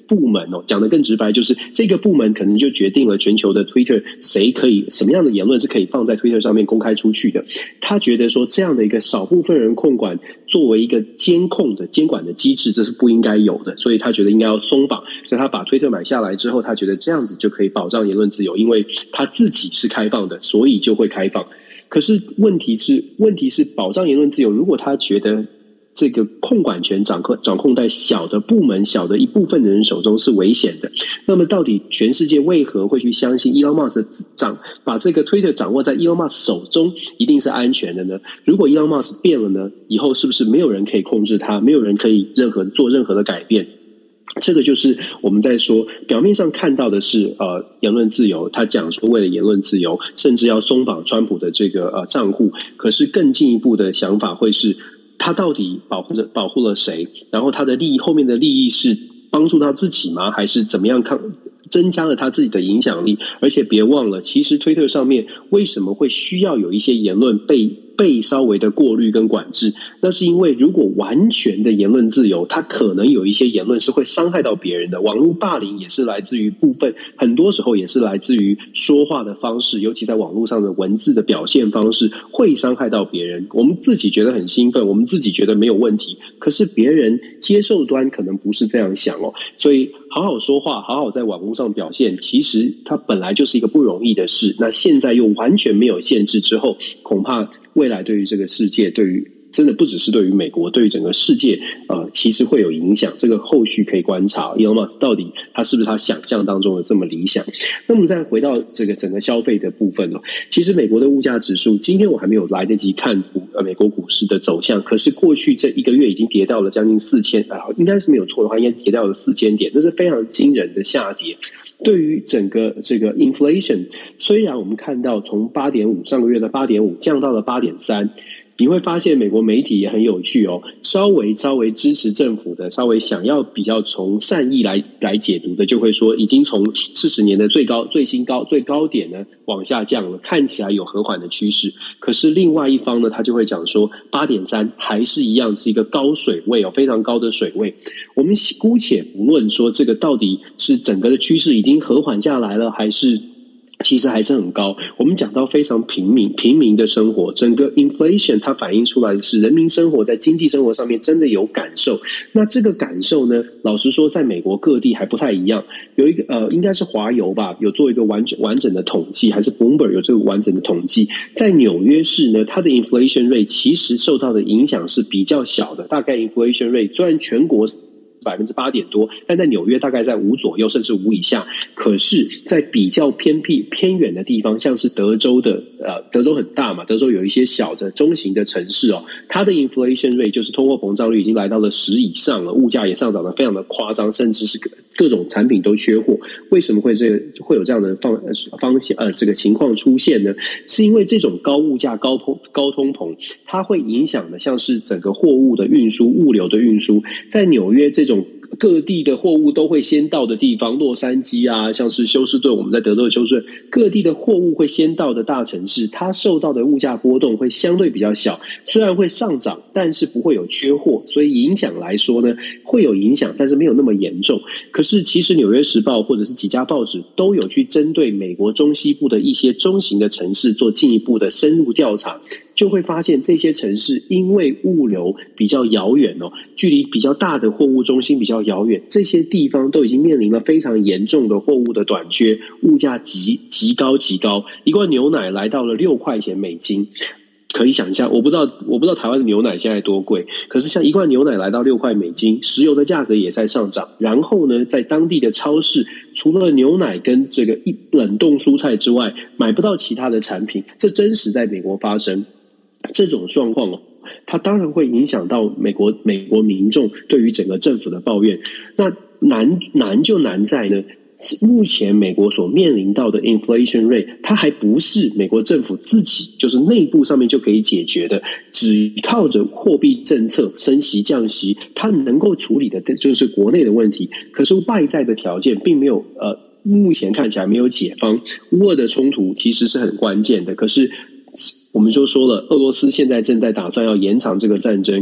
Speaker 3: 部门哦，讲得更直白，就是这个部门可能就决定了全球的 Twitter 谁可以什么样的言论是可以放在 Twitter 上面公开出去的。他觉得说这样的一个少部分人控管作为一个监控的监管的机制，这是不应该有的，所以他觉得应该要松绑。所以他把 Twitter 买下来之后，他觉得这样子就可以保障言论自由，因为他自己是开放的，所以就会开放。可是问题是，问题是保障言论自由，如果他觉得这个控管权掌控掌控在小的部门、小的一部分的人手中是危险的，那么到底全世界为何会去相信 Elon Musk 掌把这个 Twitter 掌握在 Elon Musk 手中一定是安全的呢？如果 Elon Musk 变了呢，以后是不是没有人可以控制他，没有人可以任何做任何的改变？这个就是我们在说，表面上看到的是呃言论自由，他讲说为了言论自由，甚至要松绑川普的这个呃账户，可是更进一步的想法会是，他到底保护着保护了谁？然后他的利益后面的利益是帮助到自己吗？还是怎么样看？增加了他自己的影响力？而且别忘了，其实推特上面为什么会需要有一些言论被被稍微的过滤跟管制？那是因为如果完全的言论自由，它可能有一些言论是会伤害到别人的。网络霸凌也是来自于部分，很多时候也是来自于说话的方式，尤其在网络上的文字的表现方式会伤害到别人。我们自己觉得很兴奋，我们自己觉得没有问题，可是别人接受端可能不是这样想哦。所以好好说话，好好在网络上表现，其实它本来就是一个不容易的事。那现在又完全没有限制之后，恐怕未来对于这个世界，对于真的不只是对于美国，对于整个世界，呃，其实会有影响。这个后续可以观察 Elon Musk 到底他是不是他想象当中的这么理想。那么再回到这个整个消费的部分哦，其实美国的物价指数，今天我还没有来得及看股呃美国股市的走向，可是过去这一个月已经跌到了将近四千啊，应该是没有错的话，应该跌到了四千点，这是非常惊人的下跌。对于整个这个 inflation， 虽然我们看到从 八点五 上个月的 八点五 降到了 八点三，你会发现美国媒体也很有趣哦，稍微稍微支持政府的，稍微想要比较从善意来来解读的，就会说已经从四十年的最高最新高最高点呢往下降了，看起来有和缓的趋势。可是另外一方呢，他就会讲说 八点三 还是一样是一个高水位哦，非常高的水位。我们姑且不论说这个到底是整个的趋势已经和缓下来了，还是其实还是很高。我们讲到非常平民平民的生活，整个 inflation 它反映出来的是人民生活在经济生活上面真的有感受。那这个感受呢，老实说在美国各地还不太一样。有一个呃，应该是华邮吧，有做一个完整完整的统计，还是 Bloomberg 有这个完整的统计。在纽约市呢，它的 inflation rate 其实受到的影响是比较小的，大概 inflation rate 虽然全国百分之八点多，但在纽约大概在五左右，甚至五以下。可是，在比较偏僻、偏远的地方，像是德州的，呃，德州很大嘛，德州有一些小的、中型的城市哦，它的 inflation rate 就是通货膨胀率已经来到了十以上了，物价也上涨得非常的夸张，甚至是各种产品都缺货。为什么会这个会有这样的方方向呃这个情况出现呢？是因为这种高物价、高通高通膨，它会影响的像是整个货物的运输、物流的运输，在纽约这种各地的货物都会先到的地方，洛杉矶啊，像是休斯顿，我们在德州的休斯顿，各地的货物会先到的大城市，它受到的物价波动会相对比较小，虽然会上涨，但是不会有缺货，所以影响来说呢，会有影响，但是没有那么严重。可是其实《纽约时报》或者是几家报纸都有去针对美国中西部的一些中型的城市做进一步的深入调查，就会发现这些城市因为物流比较遥远哦，距离比较大的货物中心比较遥远，这些地方都已经面临了非常严重的货物的短缺，物价极极高极高，一罐牛奶来到了六块钱美金。可以想象，我不知道我不知道台湾的牛奶现在多贵，可是像一罐牛奶来到六块美金，石油的价格也在上涨。然后呢，在当地的超市，除了牛奶跟这个冷冻蔬菜之外，买不到其他的产品。这真实在美国发生这种状况哦，它当然会影响到美国美国民众对于整个政府的抱怨。那难难就难在呢，目前美国所面临到的 inflation rate， 它还不是美国政府自己就是内部上面就可以解决的，只靠着货币政策升息降息，它能够处理的就是国内的问题。可是外在的条件并没有呃，目前看起来没有解方。乌俄的冲突其实是很关键的，可是我们就说了，俄罗斯现在正在打算要延长这个战争。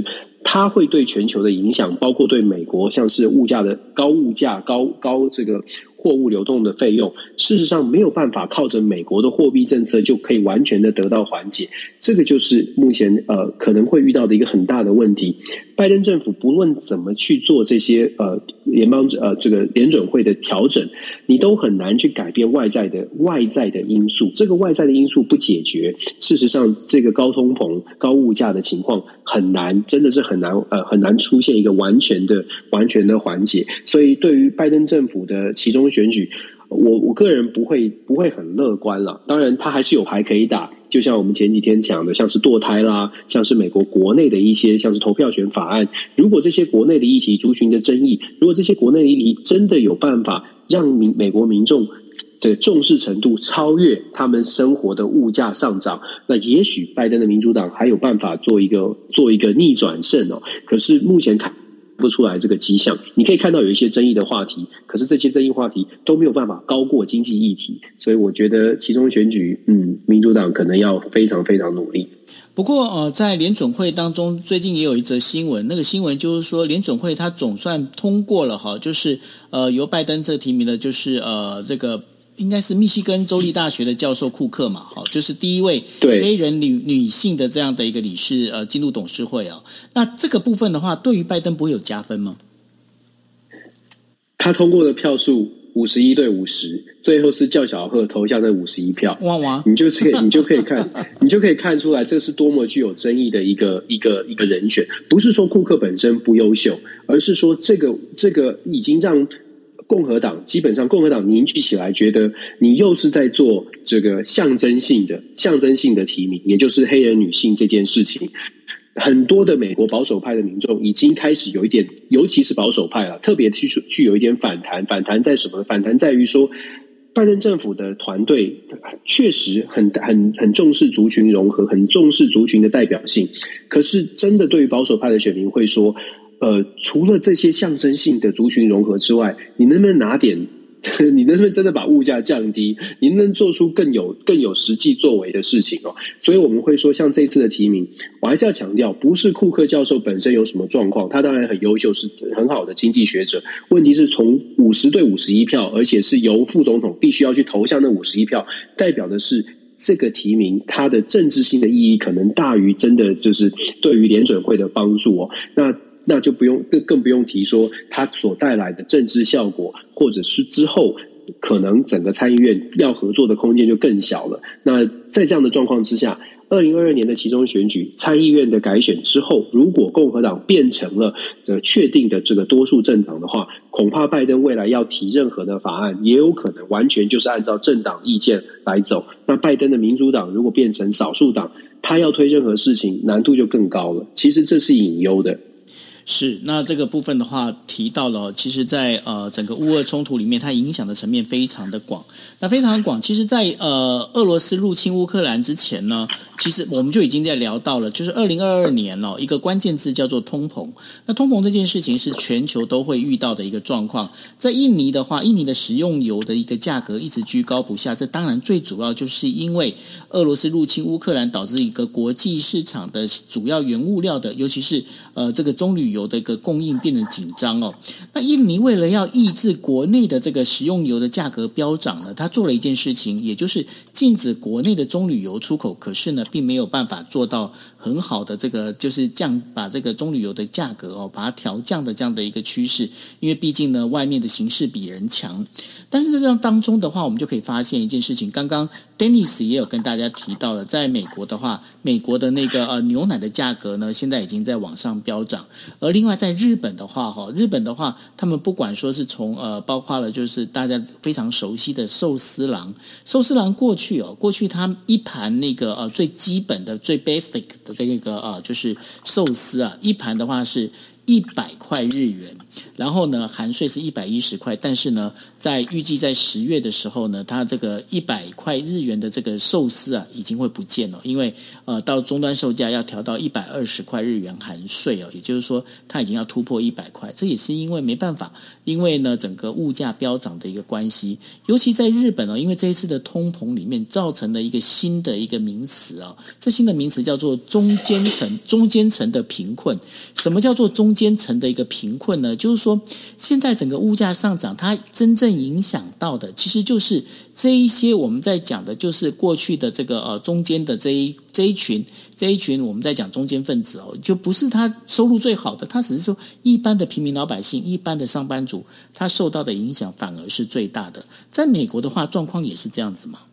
Speaker 3: 它会对全球的影响，包括对美国像是物价的高物价、高高这个货物流动的费用，事实上没有办法靠着美国的货币政策就可以完全的得到缓解。这个就是目前呃可能会遇到的一个很大的问题。拜登政府不论怎么去做这些呃联邦呃这个联准会的调整，你都很难去改变外在的外在的因素。这个外在的因素不解决，事实上这个高通膨、高物价的情况很难，真的是很难呃很难出现一个完全的完全的缓解。所以对于拜登政府的其中选举，我我个人不会不会很乐观了。当然，他还是有牌可以打。就像我们前几天讲的，像是堕胎啦，像是美国国内的一些，像是投票权法案。如果这些国内的议题、族群的争议，如果这些国内的议题真的有办法让民美国民众的重视程度超越他们生活的物价上涨，那也许拜登的民主党还有办法做一个做一个逆转胜哦。可是目前看不出来这个迹象。你可以看到有一些争议的话题，可是这些争议话题都没有办法高过经济议题，所以我觉得其中选举，嗯，民主党可能要非常非常努力。
Speaker 2: 不过呃，在联准会当中，最近也有一则新闻，那个新闻就是说，联准会它总算通过了哈，就是呃由拜登这提名的，就是呃这个。应该是密西根州立大学的教授库克嘛，好，就是第一位黑人女女性的这样的一个理事呃进入董事会啊。那这个部分的话，对于拜登不会有加分吗？
Speaker 3: 他通过的票数五十一对五十，最后是叫小贺投下那五十一票，
Speaker 2: 哇哇，
Speaker 3: 你就可以你就可以看你就可以看出来，这是多么具有争议的一个一个一个人选。不是说库克本身不优秀，而是说这个这个已经让共和党基本上共和党凝聚起来，觉得你又是在做这个象征性的象征性的提名，也就是黑人女性这件事情。很多的美国保守派的民众已经开始有一点，尤其是保守派了，特别去去有一点反弹。反弹在什么？反弹在于说，拜登政府的团队确实很很很重视族群融合，很重视族群的代表性。可是真的对于保守派的选民会说，呃，除了这些象征性的族群融合之外，你能不能拿点？你能不能真的把物价降低？你能不能做出更有更有实际作为的事情哦？所以我们会说，像这次的提名，我还是要强调，不是库克教授本身有什么状况，他当然很优秀，是很好的经济学者。问题是从五十对五十一票，而且是由副总统必须要去投向那五十一票，代表的是这个提名它的政治性的意义可能大于真的就是对于联准会的帮助哦。那那就不用更更不用提说它所带来的政治效果，或者是之后可能整个参议院要合作的空间就更小了。那在这样的状况之下，二零二二年的其中选举参议院的改选之后，如果共和党变成了这确定的这个多数政党的话，恐怕拜登未来要提任何的法案，也有可能完全就是按照政党意见来走。那拜登的民主党如果变成少数党，他要推任何事情难度就更高了。其实这是隐忧的。
Speaker 2: 是，那这个部分的话提到了，其实在呃整个乌俄冲突里面，它影响的层面非常的广。那非常广，其实在呃俄罗斯入侵乌克兰之前呢，其实我们就已经在聊到了，就是二零二二年哦，一个关键字叫做通膨。那通膨这件事情是全球都会遇到的一个状况。在印尼的话，印尼的食用油的一个价格一直居高不下，这当然最主要就是因为俄罗斯入侵乌克兰，导致一个国际市场的主要原物料的，尤其是呃这个棕榈油的一个供应变得紧张哦。那印尼为了要抑制国内的这个食用油的价格飙涨呢，他做了一件事情，也就是禁止国内的棕榈油出口。可是呢，并没有办法做到很好的这个就是降把这个棕榈油的价格哦把它调降的这样的一个趋势，因为毕竟呢外面的形势比人强。但是在这样当中的话，我们就可以发现一件事情，刚刚 Dennis 也有跟大家提到了，在美国的话，美国的那个呃牛奶的价格呢，现在已经在往上飙涨。而另外在日本的话，哈，日本的话，他们不管说是从呃，包括了就是大家非常熟悉的寿司郎，寿司郎过去哦，过去它一盘那个呃最基本的最 basic 的这个呃就是寿司啊，一盘的话是一百块日元。 然后呢含税是一百一十块，但是呢在预计在十月的时候呢，它这个一百块日元的这个寿司啊已经会不见了，因为呃到终端售价要调到一百二十块日元含税哦，也就是说它已经要突破一百块，这也是因为没办法，因为呢整个物价飙涨的一个关系，尤其在日本哦，因为这一次的通膨里面造成了一个新的一个名词啊、哦，这新的名词叫做中间层，中间层的贫困。什么叫做中间层的一个贫困呢？就是说现在整个物价上涨，它真正影响到的其实就是这一些我们在讲的就是过去的这个呃中间的这一这一群这一群我们在讲中间分子哦，就不是他收入最好的，他只是说一般的平民老百姓，一般的上班族，他受到的影响反而是最大的。在美国的话状况也是这样子吗？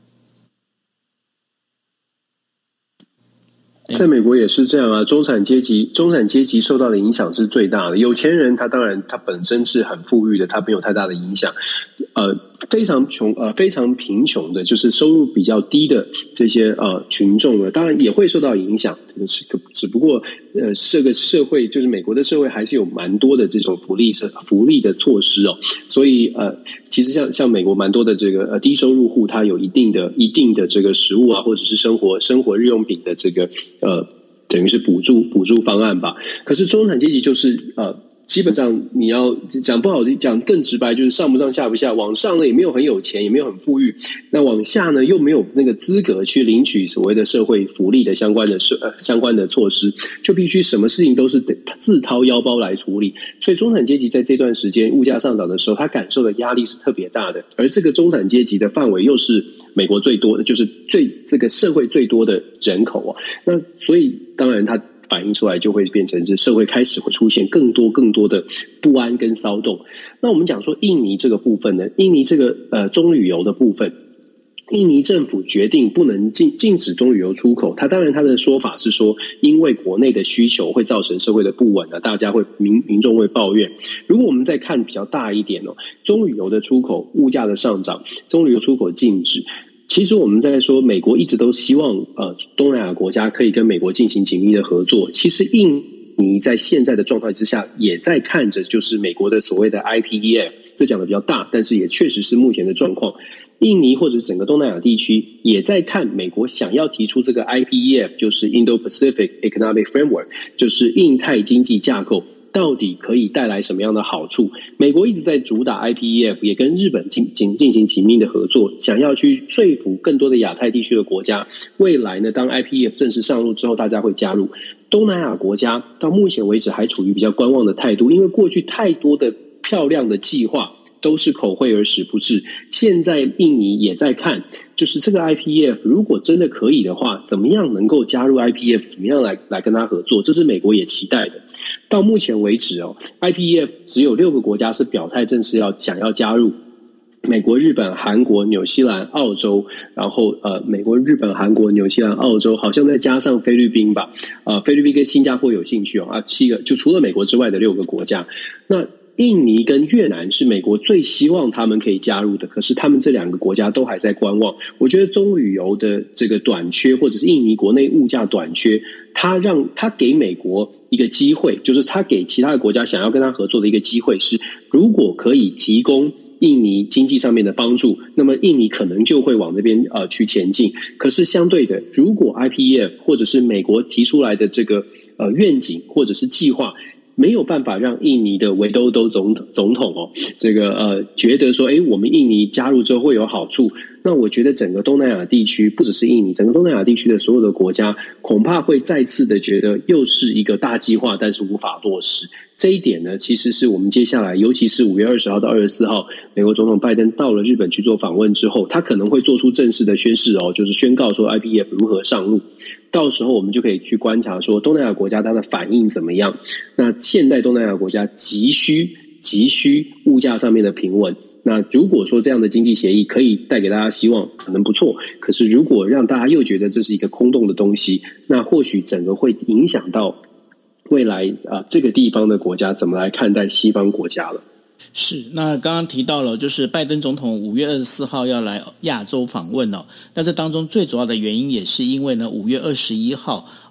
Speaker 3: 在美国也是这样啊，中产阶级中产阶级受到的影响是最大的。有钱人他当然他本身是很富裕的，他没有太大的影响。呃，非常穷呃非常贫穷的，就是收入比较低的这些呃群众呢，当然也会受到影响。只不过呃，这个社会就是美国的社会还是有蛮多的这种福利福利的措施哦，所以呃，其实像像美国蛮多的这个呃低收入户，他有一定的一定的这个食物啊，或者是生活生活日用品的这个呃，等于是补助补助方案吧。可是中产阶级就是呃。基本上你要讲不好的讲更直白，就是上不上下不下，往上呢也没有很有钱，也没有很富裕，那往下呢又没有那个资格去领取所谓的社会福利的相关的呃相关的措施，就必须什么事情都是得自掏腰包来处理。所以中产阶级在这段时间物价上涨的时候，他感受的压力是特别大的，而这个中产阶级的范围又是美国最多的，就是最这个社会最多的人口啊，那所以当然他反映出来就会变成是社会开始会出现更多更多的不安跟骚动。那我们讲说印尼这个部分呢，印尼这个呃棕榈油的部分，印尼政府决定不能禁禁止棕榈油出口，它当然它的说法是说，因为国内的需求会造成社会的不稳啊，大家会民民众会抱怨。如果我们再看比较大一点哦，棕榈油的出口物价的上涨，棕榈油出口禁止。其实我们在说，美国一直都希望呃东南亚国家可以跟美国进行紧密的合作。其实印尼在现在的状态之下，也在看着就是美国的所谓的 I P E F， 这讲的比较大，但是也确实是目前的状况。印尼或者整个东南亚地区也在看美国想要提出这个 I P E F， 就是 Indo-Pacific Economic Framework， 就是印太经济架构。到底可以带来什么样的好处？美国一直在主打 I P E F， 也跟日本进进进行紧密的合作，想要去说服更多的亚太地区的国家，未来呢，当 I P E F 正式上路之后，大家会加入。东南亚国家到目前为止还处于比较观望的态度，因为过去太多的漂亮的计划都是口惠而实不至。现在印尼也在看，就是这个 I P E F 如果真的可以的话，怎么样能够加入 I P E F， 怎么样来来跟他合作，这是美国也期待的。到目前为止哦 ，I P E F 只有六个国家是表态正式要想要加入。美国、日本、韩国、纽西兰、澳洲，然后呃，美国、日本、韩国、纽西兰、澳洲，好像再加上菲律宾吧，呃，菲律宾跟新加坡有兴趣哦，啊，七个就除了美国之外的六个国家，那印尼跟越南是美国最希望他们可以加入的，可是他们这两个国家都还在观望。我觉得棕榈油的这个短缺，或者是印尼国内物价短缺，它让它给美国一个机会，就是它给其他的国家想要跟它合作的一个机会是，如果可以提供印尼经济上面的帮助，那么印尼可能就会往那边呃去前进。可是相对的，如果 I P E F 或者是美国提出来的这个呃愿景或者是计划，没有办法让印尼的维多多总总统哦，这个呃觉得说，哎，我们印尼加入之后会有好处。那我觉得整个东南亚地区，不只是印尼，整个东南亚地区的所有的国家，恐怕会再次的觉得又是一个大计划，但是无法落实。这一点呢，其实是我们接下来，尤其是五月二十号到二十四号，美国总统拜登到了日本去做访问之后，他可能会做出正式的宣示哦，就是宣告说 I P E F 如何上路。到时候我们就可以去观察说东南亚国家它的反应怎么样。那现代东南亚国家急需急需物价上面的平稳。那如果说这样的经济协议可以带给大家希望，可能不错。可是如果让大家又觉得这是一个空洞的东西，那或许整个会影响到未来啊、呃、这个地方的国家怎么来看待西方国家了。
Speaker 2: 是，那刚刚提到了，就是拜登总统五月二十四号要来亚洲访问哦。那这当中最主要的原因也是因为呢，五月二十一号，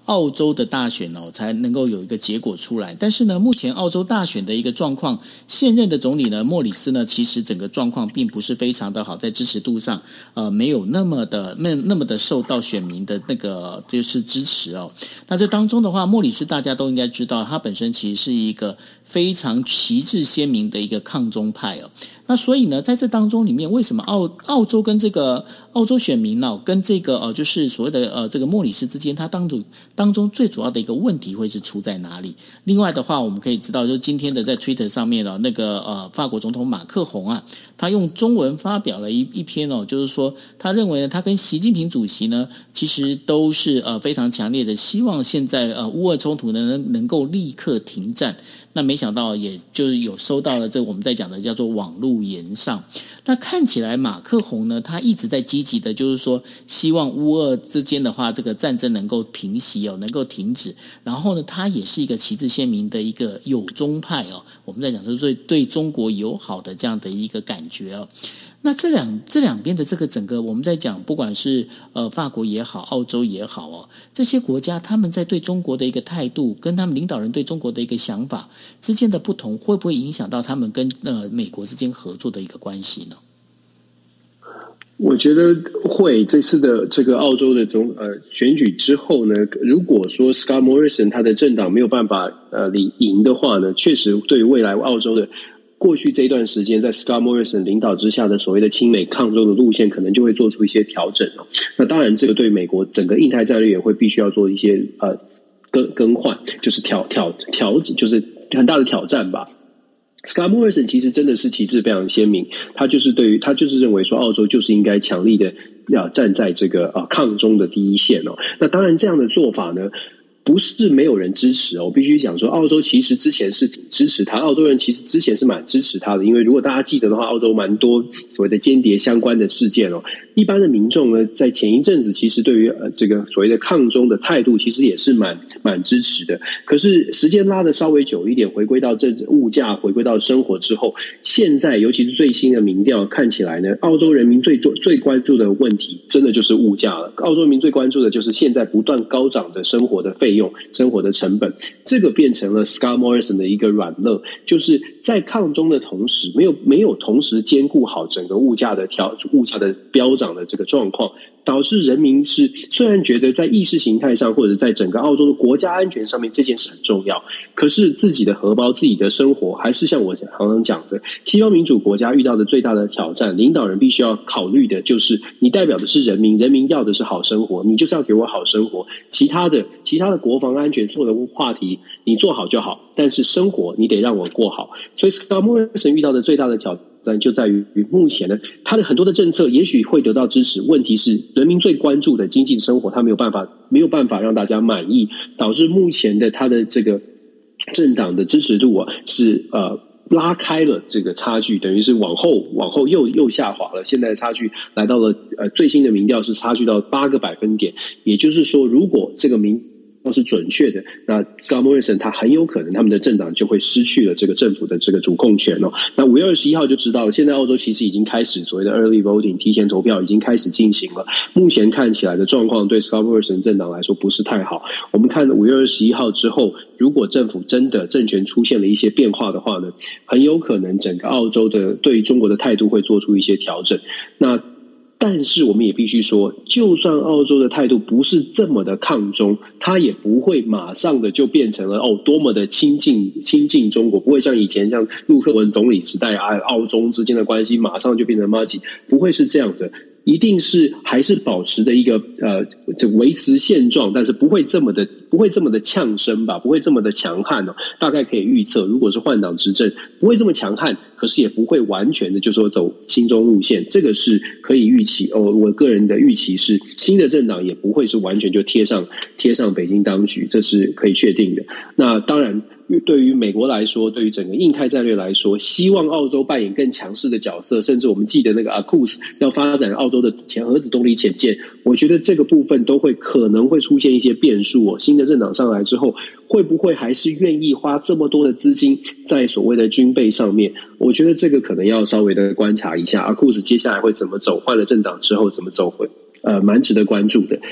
Speaker 2: 澳洲的大选哦才能够有一个结果出来。但是呢，目前澳洲大选的一个状况，现任的总理呢莫里斯呢，其实整个状况并不是非常的好，在支持度上呃没有那么的那那么的受到选民的那个就是支持哦。那这当中的话，莫里斯大家都应该知道，他本身其实是一个非常旗帜鲜明的一个抗中派哦。那所以呢，在这当中里面，为什么澳澳洲跟这个澳洲选民呢、哦，跟这个呃，就是所谓的呃这个莫里斯之间，它当中当中最主要的一个问题会是出在哪里？另外的话，我们可以知道，就今天的在 Twitter 上面哦，那个呃法国总统马克宏啊，他用中文发表了一一篇哦，就是说他认为呢，他跟习近平主席呢，其实都是呃非常强烈的希望现在呃乌俄冲突呢能能够立刻停战。那没想到，也就是有收到了这个我们在讲的叫做网络言上。那看起来马克宏呢，他一直在积极的，就是说希望乌俄之间的话，这个战争能够平息哦，能够停止。然后呢，他也是一个旗帜鲜明的一个友中派哦。我们在讲说对对中国友好的这样的一个感觉哦。那这两这两边的这个整个我们在讲，不管是呃法国也好，澳洲也好哦，这些国家他们在对中国的一个态度，跟他们领导人对中国的一个想法之间的不同，会不会影响到他们跟呃美国之间合作的一个关系呢？
Speaker 3: 我觉得会。这次的这个澳洲的总呃选举之后呢，如果说 Scott Morrison 他的政党没有办法呃赢的话呢，确实对于未来澳洲的过去这一段时间，在 Scott Morrison 领导之下的所谓的亲美抗中的路线，可能就会做出一些调整哦。那当然，这个对美国整个印太战略也会必须要做一些呃更更换，就是调调调整，就是很大的挑战吧。Scott Morrison 其实真的是旗帜非常鲜明，他就是对于他就是认为说，澳洲就是应该强力的要站在这个呃抗中的第一线哦。那当然，这样的做法呢，不是没有人支持哦，我必须讲说，澳洲其实之前是挺支持他，澳洲人其实之前是蛮支持他的，因为如果大家记得的话，澳洲蛮多所谓的间谍相关的事件哦。一般的民众呢，在前一阵子其实对于呃这个所谓的抗中的态度，其实也是蛮蛮支持的。可是时间拉得稍微久一点，回归到政治物价，回归到生活之后，现在尤其是最新的民调看起来呢，澳洲人民最最关注的问题，真的就是物价了。澳洲人民最关注的就是现在不断高涨的生活的费用、生活的成本，这个变成了 Scott Morrison 的一个软肋，就是在抗中的同时，没有没有同时兼顾好整个物价的调物价的飙涨的这个状况，导致人民是虽然觉得在意识形态上或者在整个澳洲的国家安全上面这件事很重要，可是自己的荷包、自己的生活，还是像我常常讲的，西方民主国家遇到的最大的挑战，领导人必须要考虑的就是你代表的是人民，人民要的是好生活，你就是要给我好生活，其他的其他的国防安全所有的话题你做好就好，但是生活你得让我过好。所以 Scott Morrison 遇到的最大的挑战就在于目前呢，他的很多的政策也许会得到支持，问题是人民最关注的经济生活，他没有办法没有办法让大家满意，导致目前的他的这个政党的支持度啊是呃拉开了这个差距，等于是往后往后又又下滑了。现在的差距来到了呃最新的民调是差距到八个百分点，也就是说，如果这个民是准确的，那 Scott Morrison 他很有可能他们的政党就会失去了这个政府的这个主控权哦。那五月二十一号就知道了，现在澳洲其实已经开始所谓的 early voting 提前投票已经开始进行了。目前看起来的状况对 Scott Morrison 政党来说不是太好。我们看五月二十一号之后，如果政府真的政权出现了一些变化的话呢，很有可能整个澳洲的对于中国的态度会做出一些调整。那但是我们也必须说，就算澳洲的态度不是这么的抗中，它也不会马上的就变成了哦多么的亲近亲近中国，不会像以前像陆克文总理时代啊，澳中之间的关系马上就变成麻吉，不会是这样的。一定是还是保持的一个呃，就维持现状，但是不会这么的不会这么的呛声吧，不会这么的强悍哦。大概可以预测，如果是换党执政，不会这么强悍，可是也不会完全的就说走亲中路线，这个是可以预期哦。我个人的预期是，新的政党也不会是完全就贴上贴上北京当局，这是可以确定的。那当然。对于美国来说，对于整个印太战略来说，希望澳洲扮演更强势的角色，甚至我们记得那个 A K U S 要发展澳洲的前核子动力潜舰，我觉得这个部分都会可能会出现一些变数哦。新的政党上来之后，会不会还是愿意花这么多的资金在所谓的军备上面？我觉得这个可能要稍微的观察一下 A K U S 接下来会怎么走，换了政党之后怎么走回，呃，蛮值得关注的。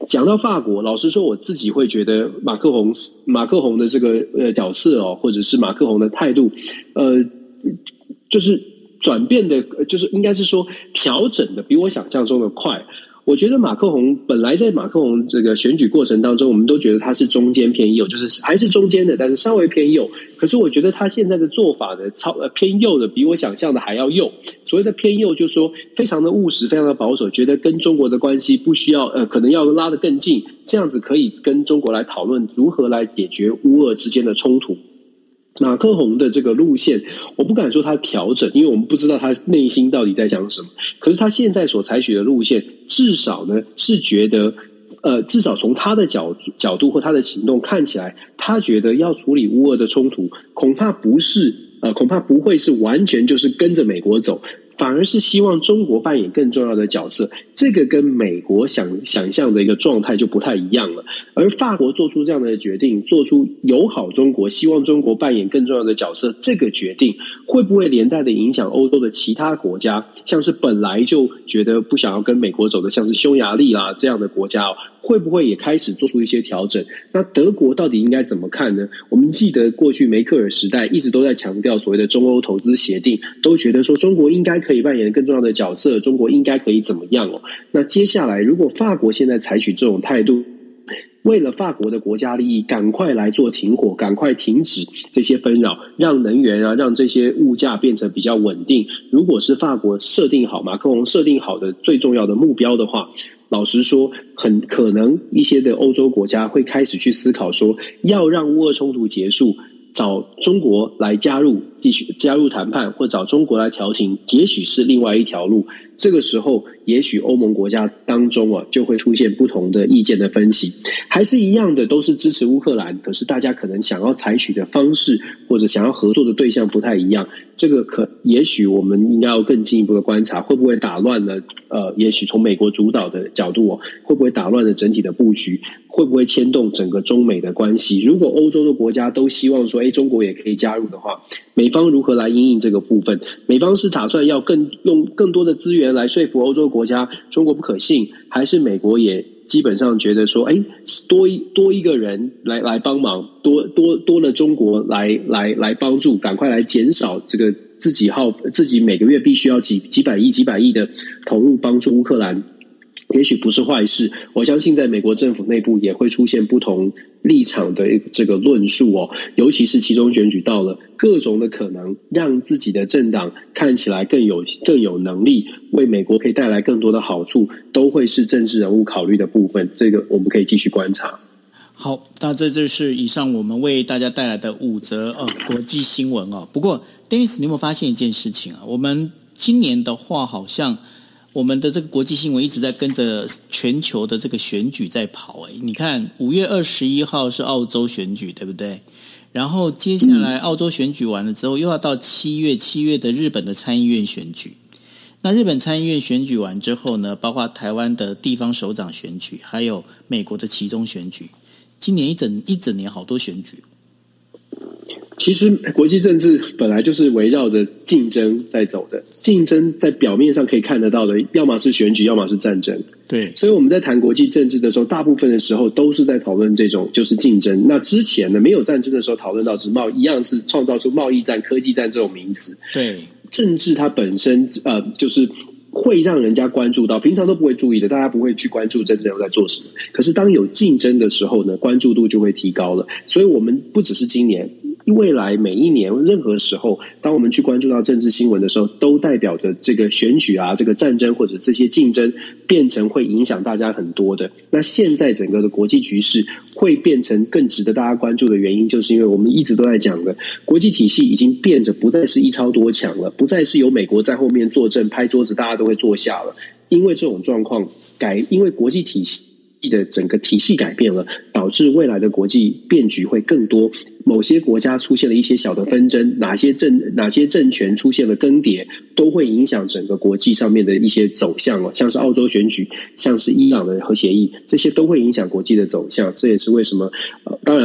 Speaker 3: 讲到法国，老实说，我自己会觉得马克宏马克宏的这个呃角色哦，或者是马克宏的态度，呃，就是转变的，就是应该是说调整的比我想象中的快。我觉得马克宏本来在马克宏这个选举过程当中，我们都觉得他是中间偏右，就是还是中间的，但是稍微偏右。可是我觉得他现在的做法的超呃偏右的，比我想象的还要右。所谓的偏右，就是说非常的务实，非常的保守，觉得跟中国的关系不需要呃，可能要拉得更近，这样子可以跟中国来讨论如何来解决乌俄之间的冲突。马克宏的这个路线，我不敢说他调整，因为我们不知道他内心到底在讲什么。可是他现在所采取的路线，至少呢是觉得，呃，至少从他的角角度或他的行动看起来，他觉得要处理乌俄的冲突，恐怕不是，呃，恐怕不会是完全就是跟着美国走。反而是希望中国扮演更重要的角色，这个跟美国想想象的一个状态就不太一样了。而法国做出这样的决定，做出友好中国，希望中国扮演更重要的角色，这个决定会不会连带的影响欧洲的其他国家？像是本来就觉得不想要跟美国走的，像是匈牙利啦这样的国家哦，会不会也开始做出一些调整？那德国到底应该怎么看呢？我们记得过去梅克尔时代一直都在强调所谓的中欧投资协定，都觉得说中国应该可以扮演更重要的角色，中国应该可以怎么样哦？那接下来如果法国现在采取这种态度，为了法国的国家利益，赶快来做停火，赶快停止这些纷扰，让能源啊，让这些物价变成比较稳定。如果是法国设定好，马克宏设定好的最重要的目标的话，老实说，很可能一些的欧洲国家会开始去思考说，要让乌俄冲突结束，找中国来加入，继续加入谈判，或找中国来调停，也许是另外一条路。这个时候，也许欧盟国家当中啊，就会出现不同的意见的分歧。还是一样的，都是支持乌克兰，可是大家可能想要采取的方式或者想要合作的对象不太一样。这个可也许我们应该要更进一步的观察，会不会打乱了？呃，也许从美国主导的角度哦，会不会打乱了整体的布局？会不会牵动整个中美的关系？如果欧洲的国家都希望说，哎，中国也可以加入的话，美方如何来因应这个部分？美方是打算要更用更多的资源来说服欧洲国家中国不可信，还是美国也基本上觉得说，哎，多一多一个人来来帮忙，多多多了中国来来来帮助，赶快来减少这个自己耗自己每个月必须要几几百亿几百亿的投入帮助乌克兰。也许不是坏事，我相信在美国政府内部也会出现不同立场的这个论述哦，尤其是其中选举到了，各种的可能让自己的政党看起来更有更有能力，为美国可以带来更多的好处，都会是政治人物考虑的部分。这个我们可以继续观察。
Speaker 2: 好，那这就是以上我们为大家带来的五则哦国际新闻哦。不过 Dennis， 你有没有发现一件事情啊？我们今年的话，好像我们的这个国际新闻一直在跟着全球的这个选举在跑。诶，你看五月二十一号是澳洲选举，对不对？然后接下来澳洲选举完了之后，又要到七月，七月的日本的参议院选举。那日本参议院选举完之后呢，包括台湾的地方首长选举，还有美国的期中选举。今年一整一整年好多选举。
Speaker 3: 其实国际政治本来就是围绕着竞争在走的，竞争在表面上可以看得到的，要么是选举，要么是战争。
Speaker 2: 对，
Speaker 3: 所以我们在谈国际政治的时候，大部分的时候都是在讨论这种就是竞争。那之前呢，没有战争的时候，讨论到是贸易，一样是创造出贸易战、科技战这种名词。
Speaker 2: 对，
Speaker 3: 政治它本身呃就是会让人家关注到，平常都不会注意的，大家不会去关注政治人物在做什么。可是当有竞争的时候呢，关注度就会提高了。所以我们不只是今年，未来每一年任何时候，当我们去关注到政治新闻的时候，都代表着这个选举啊，这个战争或者这些竞争变成会影响大家很多的。那现在整个的国际局势会变成更值得大家关注的原因，就是因为我们一直都在讲的，国际体系已经变着不再是一超多强了，不再是由美国在后面坐镇拍桌子大家都会坐下了。因为这种状况改，因为国际体系的整个体系改变了，导致未来的国际变局会更多。某些国家出现了一些小的纷争，哪些政哪些政权出现了更迭，都会影响整个国际上面的一些走向哦。像是澳洲选举，像是伊朗的核协议，这些都会影响国际的走向。这也是为什么，呃，当然了，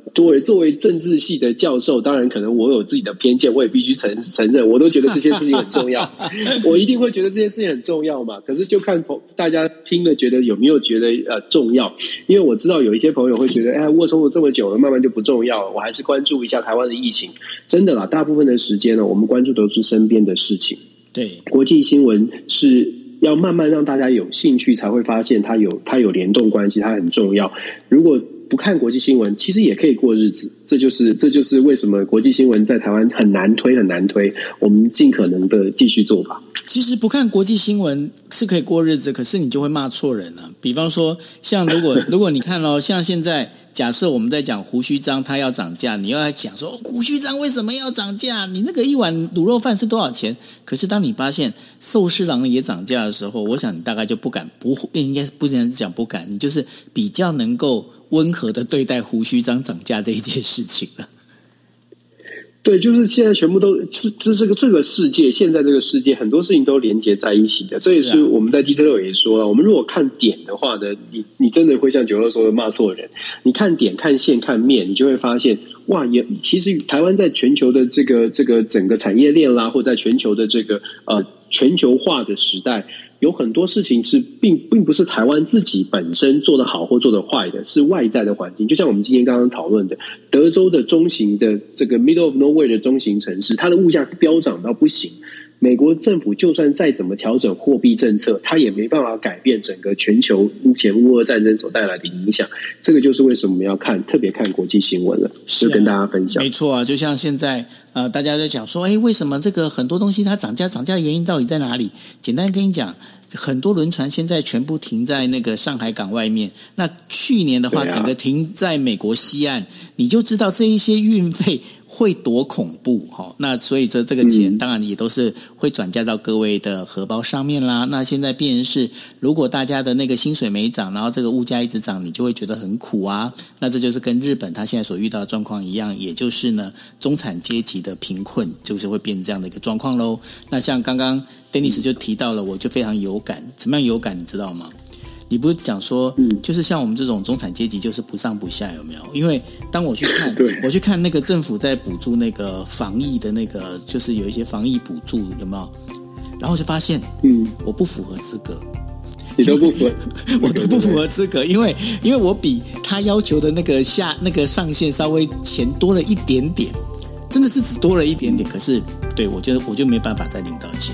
Speaker 3: 作为作为政治系的教授，当然可能我有自己的偏见，我也必须承承认，我都觉得这些事情很重要，我一定会觉得这件事情很重要嘛。可是就看大家听了觉得有没有觉得呃重要，因为我知道有一些朋友会觉得，哎，我冲突这么久了，慢慢就不重要了，我还是关注一下台湾的疫情。真的啦，大部分的时间呢，我们关注都是身边的事情。
Speaker 2: 对，
Speaker 3: 国际新闻是要慢慢让大家有兴趣，才会发现它有它有联动关系，它很重要。如果不看国际新闻，其实也可以过日子。这就是这就是为什么国际新闻在台湾很难推很难推。我们尽可能的继续做吧。
Speaker 2: 其实不看国际新闻是可以过日子，可是你就会骂错人了。比方说，像如果如果你看哦，像现在假设我们在讲胡须章他要涨价，你又来讲说胡须章为什么要涨价？你那个一碗卤肉饭是多少钱？可是当你发现寿司郎也涨价的时候，我想你大概就不敢不应该不能讲不敢，你就是比较能够温和的对待胡须章涨价这一件事情了。
Speaker 3: 对，就是现在全部都是这这个这个世界，现在这个世界很多事情都连接在一起的。这也是我们在 D J 六也说了，我们如果看点的话呢，你你真的会像九六说的骂错人。你看点、看线、看面，你就会发现，哇，也其实台湾在全球的这个这个整个产业链啦，或在全球的这个呃全球化的时代。有很多事情是并并不是台湾自己本身做得好或做得坏的，是外在的环境。就像我们今天刚刚讨论的，德州的中型的这个 middle of nowhere 的中型城市，它的物价飙涨到不行。美国政府就算再怎么调整货币政策，它也没办法改变整个全球目前乌俄战争所带来的影响。这个就是为什么我们要看特别看国际新闻了，就跟大家分享。
Speaker 2: 没错啊，就像现在呃，大家在讲说，哎，为什么这个很多东西它涨价？涨价的原因到底在哪里？简单跟你讲，很多轮船现在全部停在那个上海港外面。那去年的话，整个停在美国西岸，你就知道这一些运费会多恐怖哈。那所以这这个钱当然也都是会转嫁到各位的荷包上面啦。那现在变成是，如果大家的那个薪水没涨，然后这个物价一直涨，你就会觉得很苦啊。那这就是跟日本他现在所遇到的状况一样，也就是呢，中产阶级的贫困就是会变成这样的一个状况喽。那像刚刚 Dennis 就提到了，我就非常有感。怎么样有感？你知道吗？你不是讲说，嗯，就是像我们这种中产阶级，就是不上不下，有没有？因为当我去看，我去看那个政府在补助那个防疫的那个，就是有一些防疫补助，有没有？然后就发现，嗯，我不符合资格。
Speaker 3: 你都不符合，
Speaker 2: 我都不符合资格，因为因为我比他要求的那个下那个上限稍微钱多了一点点，真的是只多了一点点。可是，对我觉得我就没办法再领到钱。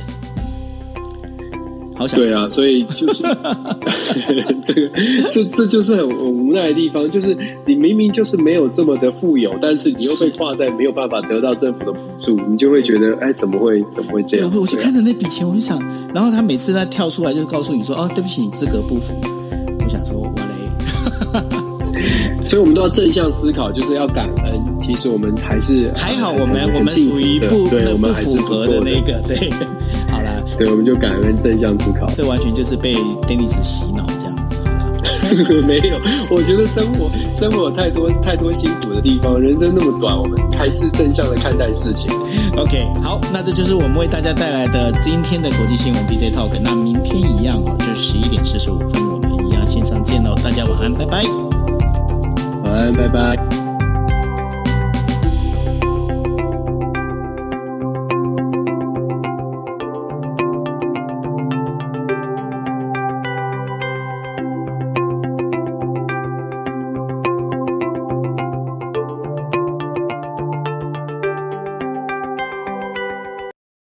Speaker 2: 好想
Speaker 3: 对啊，所以就是这个，这这就是很无奈的地方，就是你明明就是没有这么的富有，但是你又被挂在没有办法得到政府的补助，你就会觉得，哎，怎么会怎么会这样？
Speaker 2: 我就看着那笔钱，我就想，然后他每次他跳出来就告诉你说，哦，对不起，你资格不符。我想说，我嘞，
Speaker 3: 所以我们都要正向思考，就是要感恩。其实我们还是
Speaker 2: 还好，我们我们属于不
Speaker 3: 对，我们还是
Speaker 2: 不符合的那个，对。
Speaker 3: 对，我们就感恩正向思考。
Speaker 2: 这完全就是被 Dennis 洗脑这样。
Speaker 3: 没有，我觉得生活生活有太多太多辛苦的地方，人生那么短，我们还是正向的看待事情。
Speaker 2: OK， 好，那这就是我们为大家带来的今天的国际新闻 D J Talk。那明天一样哦，就十一点四十五分，我们一样线上见喽。大家晚安，拜拜。
Speaker 3: 晚安，拜拜。